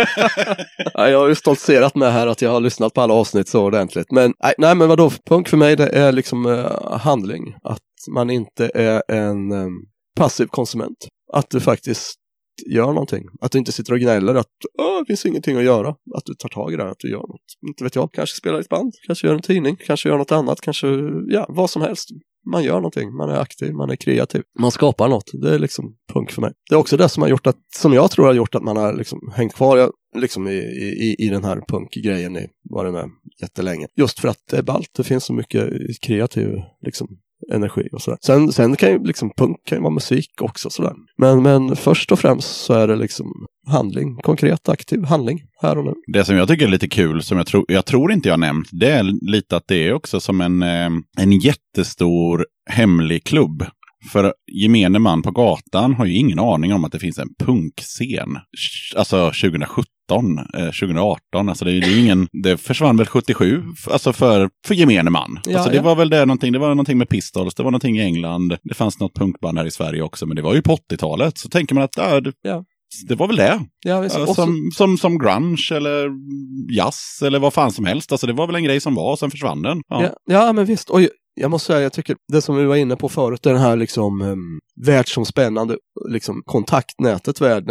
Speaker 1: Jag har ju stoltserat med här att jag har lyssnat på alla avsnitt så ordentligt. Men nej, men vadå? Punk för mig, det är liksom handling. Att man inte är en passiv konsument. Att du faktiskt gör någonting. Att du inte sitter och gnäller att det finns ingenting att göra. Att du tar tag i det, att du gör något. Inte vet jag, kanske spelar i ett band, kanske gör en tidning, kanske gör något annat, kanske, vad som helst. Man gör någonting, man är aktiv, man är kreativ. Man skapar något, det är liksom punk för mig. Det är också det som har gjort som jag tror har gjort att man har liksom hängt kvar liksom i den här punkgrejen i vad det är jättelänge. Just för att det är ballt, det finns så mycket kreativ liksom energi och sådär. Sen kan ju liksom punk kan ju vara musik också sådär. Men först och främst så är det liksom handling, konkret aktiv handling här och nu.
Speaker 2: Det som jag tycker är lite kul, som jag tror inte jag nämnt, det är lite att det är också som en jättestor hemlig klubb. För gemene man på gatan har ju ingen aning om att det finns en punkscen. Alltså 2017, 2018. Alltså det försvann väl 77 alltså för gemene man. Ja, alltså det var väl någonting, det var någonting med Pistols, det var någonting i England. Det fanns något punkband här i Sverige också, men det var ju på 80-talet. Så tänker man att det var väl det.
Speaker 1: Ja,
Speaker 2: som grunge eller jazz eller vad fan som helst. Alltså det var väl en grej som var och sen försvann den.
Speaker 1: Ja, men visst. Och jag måste säga, jag tycker det som vi var inne på förut, den här liksom världsomspännande liksom kontaktnätet världen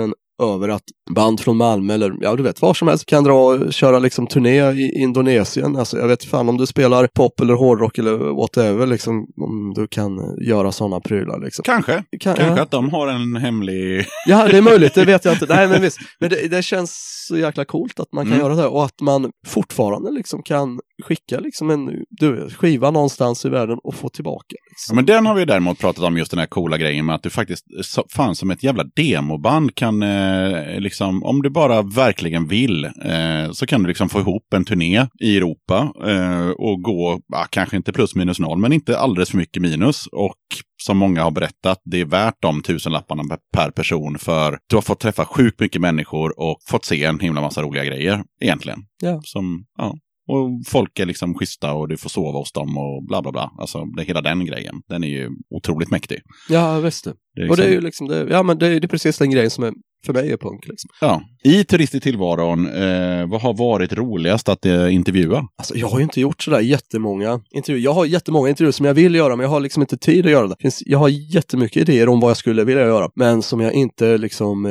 Speaker 1: över att band från Malmö eller ja du vet var som helst kan dra och köra liksom turné i Indonesien. Alltså jag vet fan om du spelar pop eller hårdrock eller whatever liksom, om du kan göra sådana prylar liksom.
Speaker 2: Kanske att de har en hemlig...
Speaker 1: Ja, det är möjligt, det vet jag inte. Nej, men visst. Men det känns så jäkla coolt att man kan göra det och att man fortfarande liksom kan skicka liksom en skiva någonstans i världen och få tillbaka. Liksom.
Speaker 2: Ja, men den har vi däremot pratat om, just den här coola grejen med att du faktiskt fan som ett jävla demoband kan liksom, om du bara verkligen vill så kan du liksom få ihop en turné i Europa och gå, kanske inte plus minus noll, men inte alldeles för mycket minus, och som många har berättat, det är värt de 1000-lapparna per person, för du har fått träffa sjukt mycket människor och fått se en himla massa roliga grejer egentligen.
Speaker 1: Ja.
Speaker 2: Och folk är liksom schyssta och du får sova hos dem och bla bla bla. Alltså hela den grejen, den är ju otroligt mäktig.
Speaker 1: Ja, visst det.
Speaker 2: Det är
Speaker 1: och det är ju liksom, det är precis den grejen som är för mig är punk liksom.
Speaker 2: Ja. I Turist i tillvaron, vad har varit roligast att intervjua?
Speaker 1: Alltså jag har ju inte gjort sådär jättemånga intervjuer. Jag har jättemånga intervjuer som jag vill göra, men jag har liksom inte tid att göra det. Jag har jättemycket idéer om vad jag skulle vilja göra, men som jag inte liksom...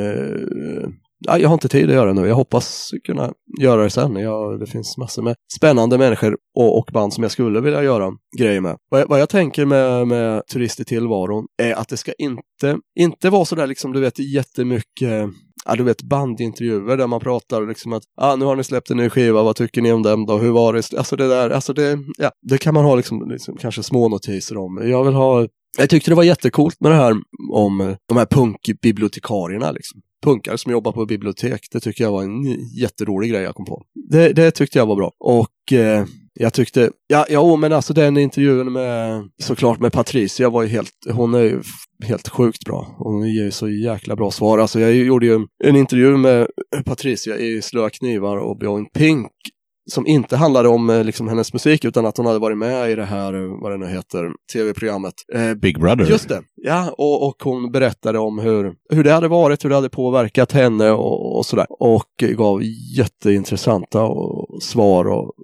Speaker 1: jag har inte tid att göra nu. Jag hoppas kunna göra det sen. Det finns massor med spännande människor och band som jag skulle vilja göra grejer med. Vad jag tänker med Turist i tillvaron är att det ska inte vara sådär liksom, du vet, jättemycket... du vet, bandintervjuer där man pratar liksom att nu har ni släppt en ny skiva, vad tycker ni om den då, hur var det? Alltså det där, det kan man ha liksom kanske små notiser om. Jag tyckte det var jättekult med det här om de här punkbibliotekarierna liksom. Punkar som jobbar på bibliotek, det tycker jag var en jätterolig grej jag kom på. Det tyckte jag var bra. Och jag tyckte, men alltså den intervjun med Patricia var ju hon är ju helt sjukt bra. Hon ger ju så jäkla bra svar. Alltså jag gjorde ju en intervju med Patricia i Slöa knivar och Beyond Pink som inte handlade om liksom hennes musik, utan att hon hade varit med i det här, vad det nu heter, tv-programmet.
Speaker 2: Big Brother.
Speaker 1: Just det, ja, och hon berättade om hur det hade varit, hur det hade påverkat henne och sådär. Och gav jätteintressanta svar och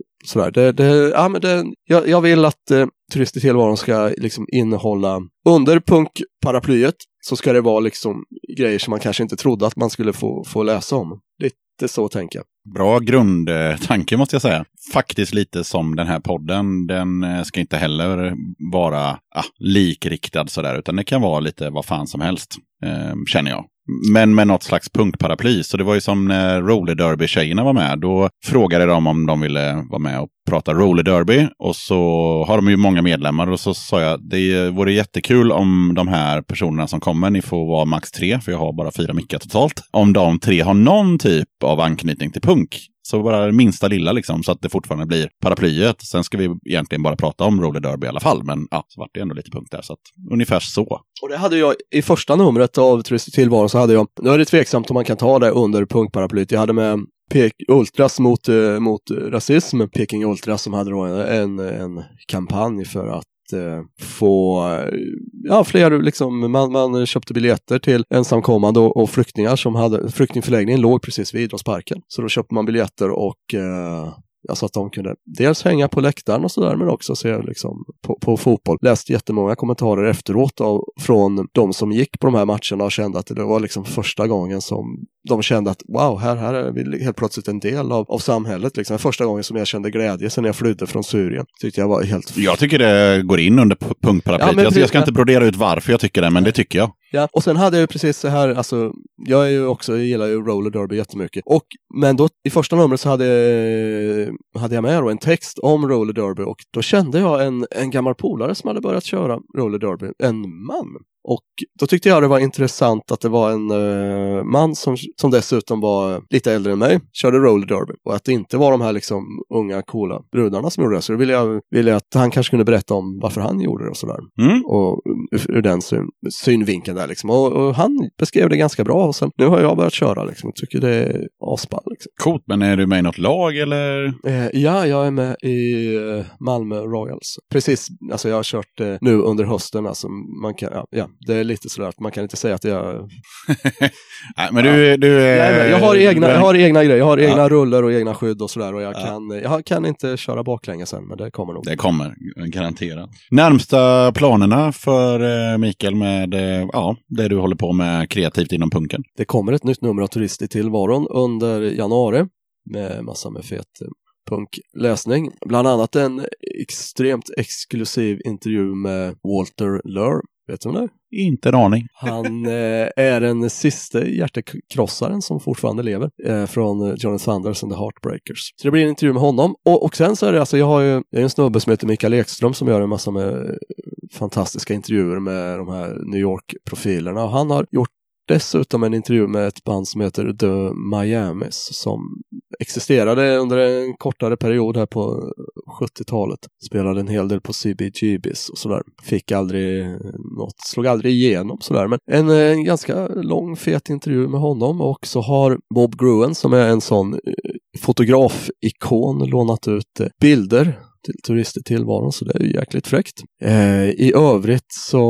Speaker 1: sådär. Jag vill att Turist i tillvaron ska liksom innehålla, under punkparaplyet så ska det vara liksom grejer som man kanske inte trodde att man skulle få läsa om. Lite så tänker jag.
Speaker 2: Bra grundtanke måste jag säga. Faktiskt lite som den här podden. Den ska inte heller vara likriktad sådär, utan det kan vara lite vad fan som helst, känner jag. Men med något slags punktparaply. Så det var ju som när Roller Derby-tjejerna var med. Då frågade de om de ville vara med och prata Roller Derby. Och så har de ju många medlemmar. Och så sa jag, det vore jättekul om de här personerna som kommer, ni får vara max 3, för jag har bara 4 mickar totalt. Om de 3 har någon typ av anknytning till punk. Så bara det minsta lilla liksom, så att det fortfarande blir paraplyet. Sen ska vi egentligen bara prata om Roller Derby i alla fall. Men så vart det ändå lite punkt där. Så att ungefär så.
Speaker 1: Och det hade jag i första numret av Turist i tillvaron, så hade jag, nu är det tveksamt om man kan ta det under punkparaplyet. Jag hade med Ultras mot rasism. Peking Ultras som hade då en kampanj för att få fler liksom, man köpte biljetter till ensamkommande och flyktingar som hade, flyktingförläggningen låg precis vid idrottsparken, så då köpte man biljetter och så att de kunde dels hänga på läktaren och sådär, men också se liksom på fotboll. Läste jättemånga kommentarer efteråt från de som gick på de här matcherna och kände att det var liksom första gången som de kände att wow, här är vi helt plötsligt en del av samhället. Liksom. Första gången som jag kände glädje sen jag flydde från Syrien. Tyckte jag var helt...
Speaker 2: Jag tycker det går in under punktparaplyet. Jag ska inte brodera ut varför jag tycker det, men det tycker jag.
Speaker 1: Ja, och sen hade jag ju precis så här, alltså jag gillar ju Roller Derby jättemycket. Men då i första numret så hade jag med då en text om Roller Derby, och då kände jag en gammal polare som hade börjat köra Roller Derby, en man. Och då tyckte jag det var intressant att det var en man som dessutom var lite äldre än mig, körde Roller Derby. Och att det inte var de här liksom unga, coola brudarna som gjorde det. Så då ville jag att han kanske kunde berätta om varför han gjorde det och sådär. Och ur den synvinkeln där liksom. Och han beskrev det ganska bra. Och sen, nu har jag börjat köra liksom. Jag tycker det är avspall. Liksom.
Speaker 2: Coolt, men är du med i något lag eller?
Speaker 1: Ja, jag är med i Malmö Royals. Precis, alltså jag har kört nu under hösten. Alltså man kan, det är lite sådär att man kan inte säga att jag...
Speaker 2: Nej, men du är...
Speaker 1: Nej, jag har egna grejer. Jag har egna ruller och egna skydd och sådär. Och jag kan inte köra baklänges sen, men det kommer nog.
Speaker 2: Det kommer, garanterat. Närmsta planerna för Mikael med det du håller på med kreativt inom punken?
Speaker 1: Det kommer ett nytt nummer av Turist i tillvaron under januari med massa med fet punkläsning. Bland annat en extremt exklusiv intervju med Walter Lure. Vet du om det?
Speaker 2: Inte en aning.
Speaker 1: Han är den sista hjärtekrossaren som fortfarande lever från Johnny Thunders and the Heartbreakers. Så det blir en intervju med honom. Och sen så är det, alltså jag är en snubbe som heter Mikael Ekström som gör en massa med fantastiska intervjuer med de här New York-profilerna. Och han har gjort dessutom en intervju med ett band som heter The Miamis som existerade under en kortare period här på 70-talet. Spelade en hel del på CBGBs och sådär. Fick aldrig något, slog aldrig igenom sådär. Men en ganska lång fet intervju med honom, och så har Bob Gruen som är en sån fotografikon lånat ut bilder till Turist i tillvaron, så det är ju jäkligt fräckt. I övrigt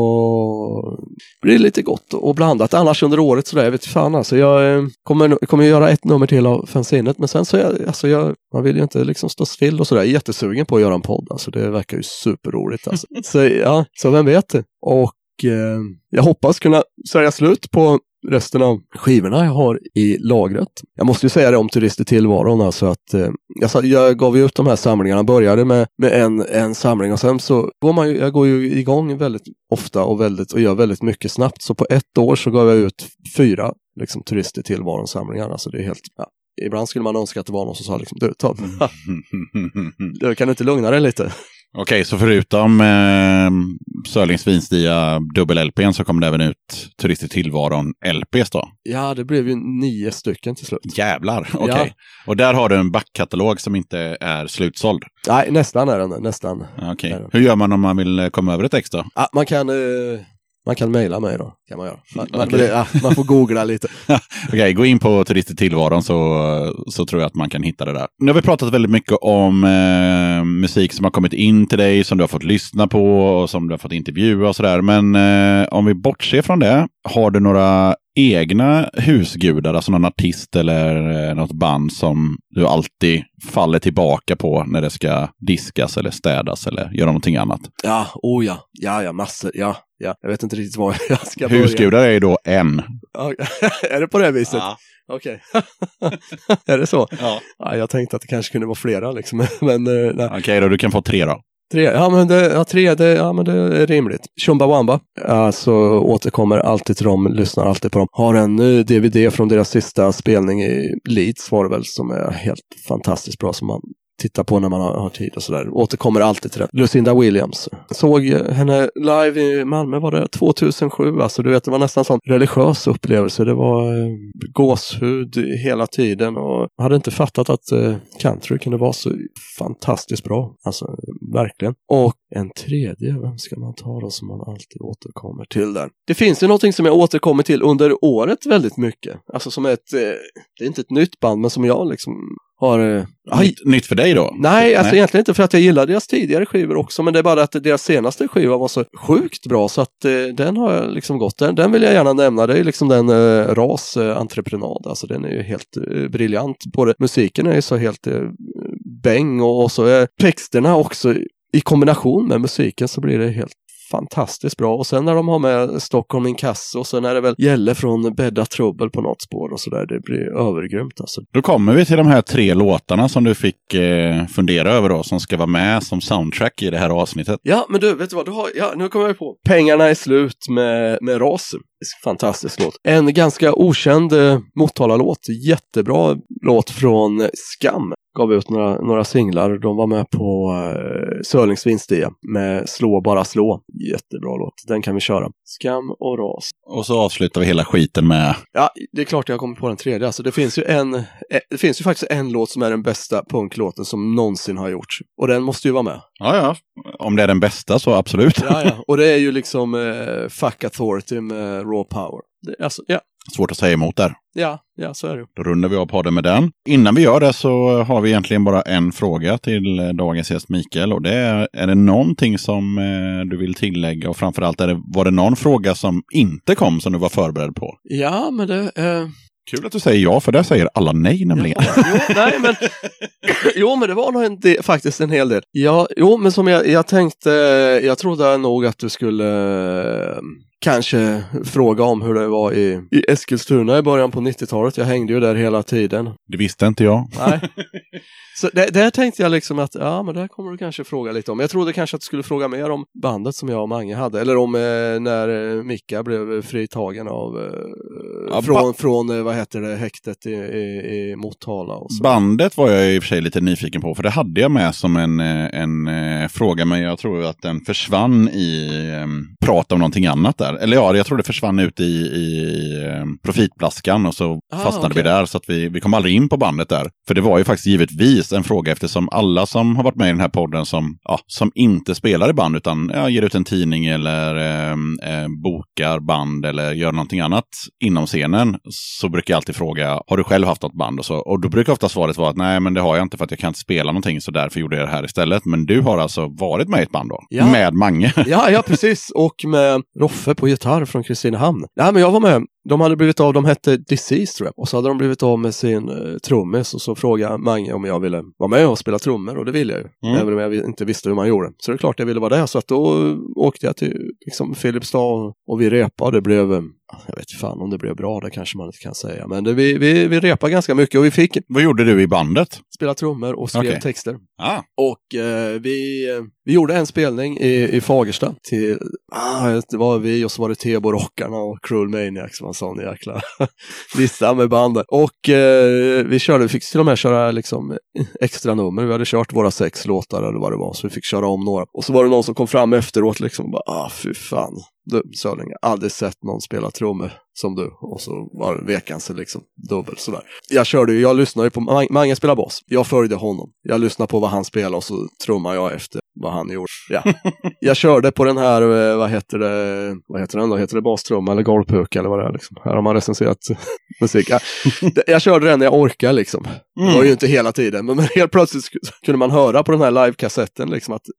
Speaker 1: så blir det lite gott och blandat. Annars under året så där, jag vet fan, alltså jag kommer göra ett nummer till av fanzinet, men sen så man vill ju inte liksom stå still och sådär. Jag är jättesugen på att göra en podd, alltså det verkar ju superroligt alltså. Så vem vet det? Och jag hoppas kunna säga slut på resten av skivorna jag har i lagret. Jag måste ju säga det om Turist i tillvaron, alltså att jag gav ju ut de här samlingarna, började med en samling och sen så jag går ju igång väldigt ofta och gör väldigt mycket snabbt, så på ett år så gav jag ut 4 liksom Turist i tillvaron samlingar, alltså det är helt... Ja. Ibland skulle man önska att det var någon som sa liksom, du kan inte lugna dig lite.
Speaker 2: Okej, så förutom Sörlings Svinstia dubbel-LPn så kommer det även ut Turist i tillvaron LPs då?
Speaker 1: Ja, det blev ju 9 stycken till slut.
Speaker 2: Jävlar, okej.
Speaker 1: Ja.
Speaker 2: Och där har du en backkatalog som inte är slutsåld?
Speaker 1: Nej, nästan är den, nästan.
Speaker 2: Okej. Hur gör man om man vill komma över ett ex då?
Speaker 1: Ja, man kan mejla mig då, kan man göra. Man får googla lite.
Speaker 2: Okej, gå in på Turist i tillvaron så tror jag att man kan hitta det där. Nu har vi pratat väldigt mycket om musik som har kommit in till dig, som du har fått lyssna på och som du har fått intervjua och sådär. Men om vi bortser från det, har du några egna husgudar, alltså någon artist eller något band som du alltid faller tillbaka på när det ska diskas eller städas eller göra någonting annat? Ja, massor, ja. Jag vet inte riktigt vad jag ska börja. Husgudar är ju då en.
Speaker 1: Är det på det viset?
Speaker 2: Ja.
Speaker 1: Okej. Är det så?
Speaker 2: Ja.
Speaker 1: Ja, jag tänkte att det kanske kunde vara flera liksom. Men nej.
Speaker 2: Okej, då du kan få 3 då.
Speaker 1: 3, ja men det är rimligt. Chumbawamba, alltså återkommer alltid till dem, lyssnar alltid på dem. Har en DVD från deras sista spelning i Leeds var det väl, som är helt fantastiskt bra, som man tittar på när man har tid och sådär. Återkommer alltid till det. Lucinda Williams. Såg henne live i Malmö, var det 2007. Alltså du vet, det var nästan en sån religiös upplevelse. Det var gåshud hela tiden, och jag hade inte fattat att country kunde vara så fantastiskt bra. Alltså verkligen. Och en tredje, vem ska man ta då som man alltid återkommer till där? Det finns ju någonting som jag återkommer till under året väldigt mycket. Alltså som det är inte ett nytt band, men som jag liksom har...
Speaker 2: Nytt för dig då?
Speaker 1: Nej, alltså egentligen inte, för att jag gillar deras tidigare skivor också, men det är bara att deras senaste skiva var så sjukt bra, så att den har jag liksom gått. Den vill jag gärna nämna. Det är liksom den Ras entreprenad. Alltså den är ju helt briljant. Både musiken är ju så helt bäng, och så är texterna också i kombination med musiken, så blir det helt fantastiskt bra. Och sen när de har med Stockholm Inkasso, och sen är det väl Gälle från Bädda Trubbel på något spår och sådär. Det blir övergrymt alltså.
Speaker 2: Då kommer vi till de här 3 låtarna som du fick fundera över då, som ska vara med som soundtrack i det här avsnittet.
Speaker 1: Ja, men du, vet du vad? Nu kommer jag på. Pengarna är slut med Ras. Fantastisk låt. En ganska okänd Motala-låt. Jättebra låt från Skam. Gav ut några singlar. De var med på Sörlings Svinstia med Slå bara slå. Jättebra låt. Den kan vi köra. Skam och Ras.
Speaker 2: Och så avslutar vi hela skiten med...
Speaker 1: Ja, det är klart jag kommer på den tredje. Alltså, det finns ju faktiskt en låt som är den bästa punklåten som någonsin har gjorts. Och den måste ju vara med.
Speaker 2: Ja. Om det är den bästa så absolut.
Speaker 1: Ja. Och det är ju liksom Fuck Authority med Raw Power. Alltså, ja,
Speaker 2: Svårt att säga emot där.
Speaker 1: Ja, så är det.
Speaker 2: Då rundar vi av podden med den. Innan vi gör det så har vi egentligen bara en fråga till dagens gäst Mikael. Och det är det någonting som du vill tillägga? Och framförallt var det någon fråga som inte kom som du var förberedd på?
Speaker 1: Ja, men det...
Speaker 2: Kul att du säger ja, för där säger alla nej nämligen.
Speaker 1: Jo, men det var nog faktiskt en hel del. Ja, men som jag tänkte, jag trodde nog att du skulle kanske fråga om hur det var i Eskilstuna i början på 90-talet. Jag hängde ju där hela tiden.
Speaker 2: Det visste inte jag.
Speaker 1: Nej. Så där tänkte jag liksom att, ja, men där kommer du kanske fråga lite om. Jag trodde kanske att du skulle fråga mer om bandet som jag och Mange hade. Eller om när Micka blev fritagen av från vad heter det, häktet i Motala. Och så.
Speaker 2: Bandet var jag i och för sig lite nyfiken på, för det hade jag med som en fråga, men jag tror att den försvann i prat om någonting annat där. Eller ja, jag tror det försvann ut i profitplaskan och så fastnade vi där, så att vi kom aldrig in på bandet där. För det var ju faktiskt givetvis en fråga, eftersom alla som har varit med i den här podden som inte spelar i band utan ger ut en tidning eller bokar band eller gör någonting annat inom scenen, så brukar jag alltid fråga, har du själv haft något band? Och då brukar ofta svaret vara att nej, men det har jag inte, för att jag kan inte spela någonting, så därför gjorde jag det här istället. Men du har alltså varit med i ett band då? Ja. Med Mange?
Speaker 1: Ja, precis. Och med Roffe på gitarr från Kristinehamn. Ja, men jag var med. De hade blivit av, de hette Disease tror jag. Och så hade de blivit av med sin trummis, och så frågade Mange om jag ville vara med och spela trummor, och det ville jag ju. Även om jag inte visste hur man gjorde. Så det är klart jag ville vara där, så att då åkte jag till liksom Filipstad och vi repade. Det blev, jag vet inte fan om det blev bra, det kanske man inte kan säga. Men vi repade ganska mycket och vi fick...
Speaker 2: Vad gjorde du i bandet?
Speaker 1: Spela trummor och skrev texter.
Speaker 2: Och
Speaker 1: vi gjorde en spelning i Fagersta till, det var vi, och så var det Tebo-rockarna och Cruel Maniacs, var en sån jäkla lista med bandet. Och vi fick till och med köra liksom extra nummer. Vi hade kört våra 6 låtar eller vad det var, så vi fick köra om några. Och så var det någon som kom fram efteråt liksom och bara, fy fan. Du, Sörling, jag har aldrig sett någon spela trummor som du. Och så var vekanse liksom dubbelt sådär. Jag lyssnade ju på Mange spela bas. Jag följde honom. Jag lyssnade på vad han spelade och så trummade jag efter vad han gjorde. Ja. Jag körde på den här, vad heter den då? Heter det bastrumma eller golvpök eller vad det är liksom. Här har man recenserat musik. Jag körde den när jag orkade liksom. Det var ju inte hela tiden. Men helt plötsligt kunde man höra på den här live-kassetten liksom att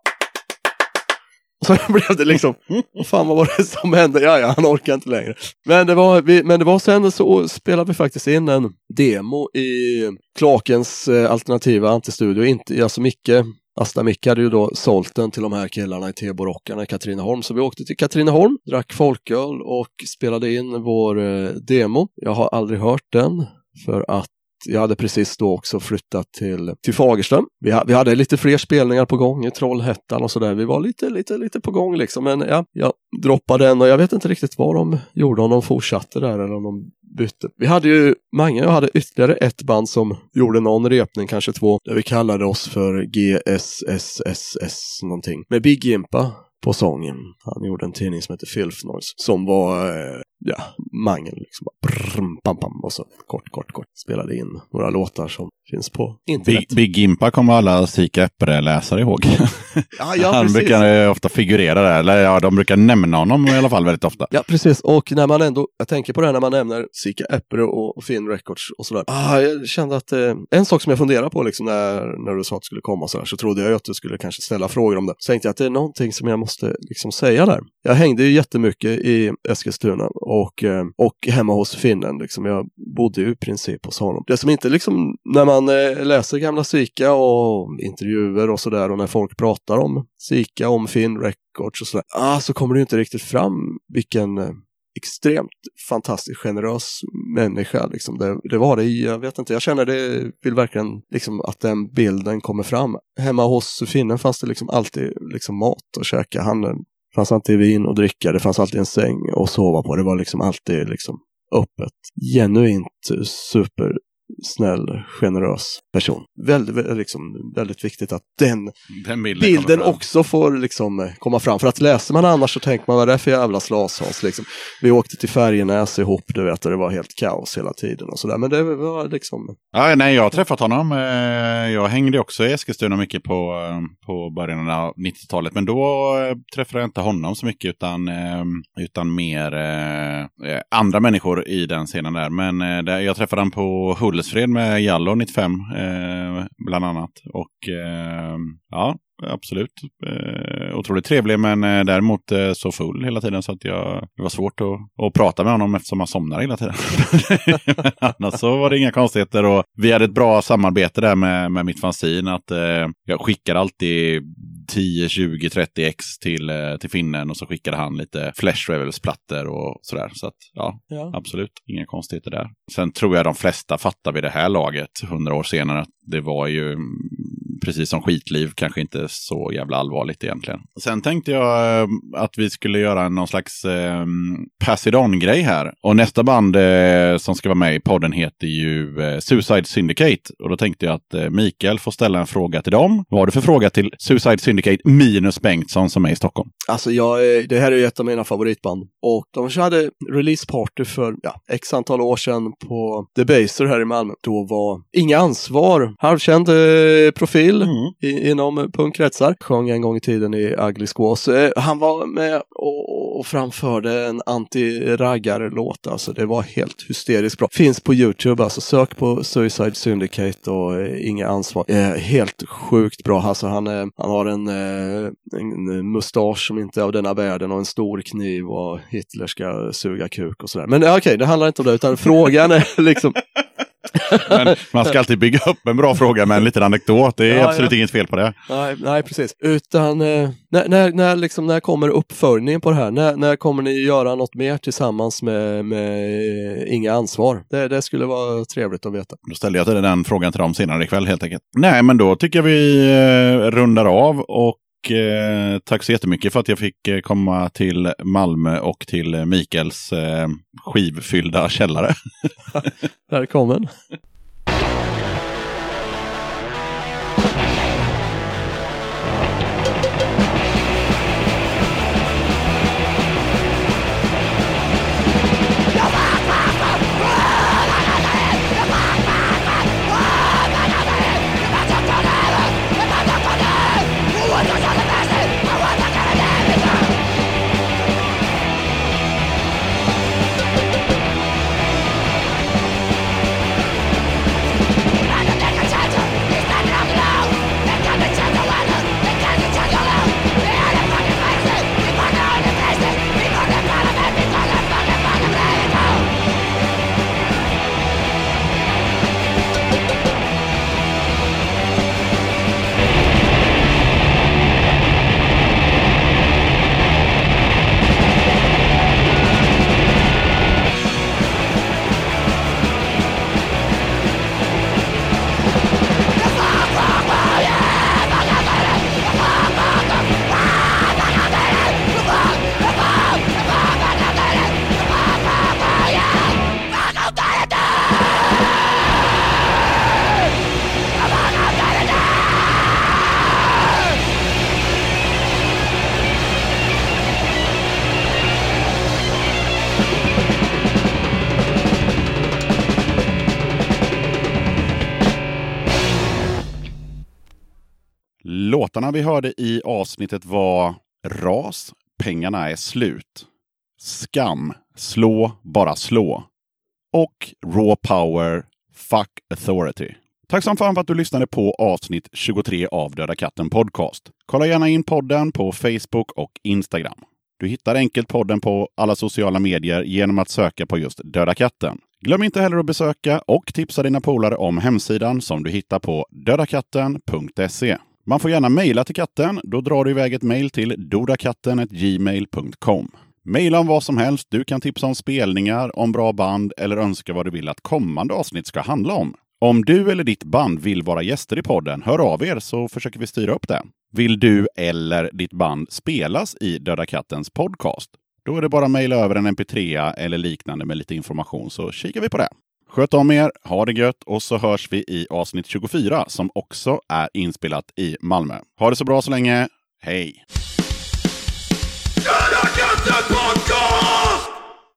Speaker 1: så blev det liksom, fan vad var det som hände? Ja, han orkar inte längre. Men det var sen så spelade vi faktiskt in en demo i Klakens alternativa antistudio. Asta Micke hade ju då sålt den till de här killarna i Tebo-rockarna i Katrineholm. Så vi åkte till Katrineholm, drack folköl och spelade in vår demo. Jag har aldrig hört den för att jag hade precis då också flyttat till Fagersta. Vi hade lite fler spelningar på gång i Trollhättan och sådär. Vi var lite på gång liksom. Men ja, jag droppade den och jag vet inte riktigt vad de gjorde, om de fortsatte där eller om de bytte. Vi hade ju jag hade ytterligare ett band som gjorde någon repning, kanske 2, där vi kallade oss för GSSSS någonting. Med Big Impa på sången. Han gjorde en tidning som heter Filth Noise, som var Mangen liksom bam, och så kort spelade in några låtar som finns på internet.
Speaker 2: Big Impa kommer alla Sika Äppre-läsare ihåg. Han
Speaker 1: precis.
Speaker 2: Brukar ofta figurera där, eller de brukar nämna honom i alla fall väldigt ofta.
Speaker 1: Ja, precis. Och när man ändå, jag tänker på det här när man nämner Sika Äppre och Finn Records och sådär. Jag kände att en sak som jag funderar på liksom när du sa att det skulle komma så här, så trodde jag att du skulle kanske ställa frågor om det. Så tänkte jag att det är någonting som jag måste liksom säga där. Jag hängde ju jättemycket i Eskilstuna och hemma hos Finnen liksom. Jag bodde ju i princip hos honom. Det som inte liksom, när man läser gamla Sika och intervjuer och sådär, och när folk pratar om Sika, om Finn Records och sådär, så kommer det ju inte riktigt fram vilken extremt fantastiskt generös människa liksom. Det var det, jag vet inte, jag känner det, vill verkligen liksom att den bilden kommer fram. Hemma hos Finnen fanns det liksom alltid liksom mat att käka. Det fanns alltid vin och dricka, det fanns alltid en säng att sova på. Det var liksom alltid liksom öppet. Genuint super snäll, generös person. Väldigt viktigt att den bilden också får liksom komma fram. För att läser man annars så tänker man, vad är det för jävla slashas liksom. Vi åkte till Färjenäs ihop, du vet, och det var helt kaos hela tiden och sådär. Men det var liksom...
Speaker 2: Ja, nej, jag har träffat honom. Jag hängde också i Eskilstuna mycket på början av 90-talet. Men då träffade jag inte honom så mycket utan mer andra människor i den scenen där. Men jag träffade honom på Hultsfred med Jallo 95 bland annat. Och ja, absolut. Otroligt trevlig, men däremot så full hela tiden så att det var svårt att prata med honom eftersom man somnar hela tiden. Annars så var det inga konstigheter och vi hade ett bra samarbete där med mitt fanzin att jag skickade alltid 10, 20, 30 ex till finnen och så skickade han lite Flash Rebels-plattor och sådär. Så att ja, absolut, inga konstigheter där. Sen tror jag de flesta fattar vid det här laget 100 år senare att det var ju precis som skitliv, kanske inte så jävla allvarligt egentligen. Sen tänkte jag att vi skulle göra någon slags pass it on-grej här. Och nästa band som ska vara med i podden heter ju Suicide Syndicate. Och då tänkte jag att Mikael får ställa en fråga till dem. Vad har du för fråga till Suicide Syndicate minus Bengtsson som är i Stockholm?
Speaker 1: Alltså det här är ju ett av mina favoritband. Och de hade releaseparty för x antal år sedan på The Baser här i Malmö. Då var Inga Ansvar, halvkänd profil inom punkkretsar. Sjöng en gång i tiden i Ugly Squaws. Han var med och framförde en anti-raggar-låt. Alltså det var helt hysteriskt bra. Finns på YouTube, alltså sök på Suicide Syndicate och Inga Ansvar. Helt sjukt bra. Alltså han har en mustasch som inte är av denna världen och en stor kniv och Hitler ska suga kuk och sådär. Men okej, det handlar inte om det utan frågan är liksom...
Speaker 2: Men man ska alltid bygga upp en bra fråga med en liten anekdot. Det är absolut inget fel på det.
Speaker 1: Nej, precis. Utan när kommer uppföljningen på det här? När kommer ni göra något mer tillsammans med Inga Ansvar? Det skulle vara trevligt att veta.
Speaker 2: Då ställer jag till den frågan till dem senare ikväll helt enkelt. Nej, men då tycker jag vi rundar av och tack så jättemycket för att jag fick komma till Malmö och till Mikaels skivfyllda källare.
Speaker 1: Välkommen.
Speaker 2: Låtarna vi hörde i avsnittet var Ras, Pengarna är slut, Skam, Slå, bara slå och Raw Power, Fuck Authority. Tack som fan för att du lyssnade på avsnitt 23 av Döda katten podcast. Kolla gärna in podden på Facebook och Instagram. Du hittar enkelt podden på alla sociala medier genom att söka på just Döda katten. Glöm inte heller att besöka och tipsa dina polare om hemsidan som du hittar på dödakatten.se. Man får gärna mejla till katten, då drar du iväg ett mejl till dodakatten@gmail.com. Mejla om vad som helst, du kan tipsa om spelningar, om bra band eller önska vad du vill att kommande avsnitt ska handla om. Om du eller ditt band vill vara gäster i podden, hör av er så försöker vi styra upp det. Vill du eller ditt band spelas i Döda kattens podcast? Då är det bara att mejla över en mp3 eller liknande med lite information så kikar vi på det. Sköt om er, ha det gött och så hörs vi i avsnitt 24 som också är inspelat i Malmö. Ha det så bra så länge. Hej!
Speaker 3: Döda katten podcast!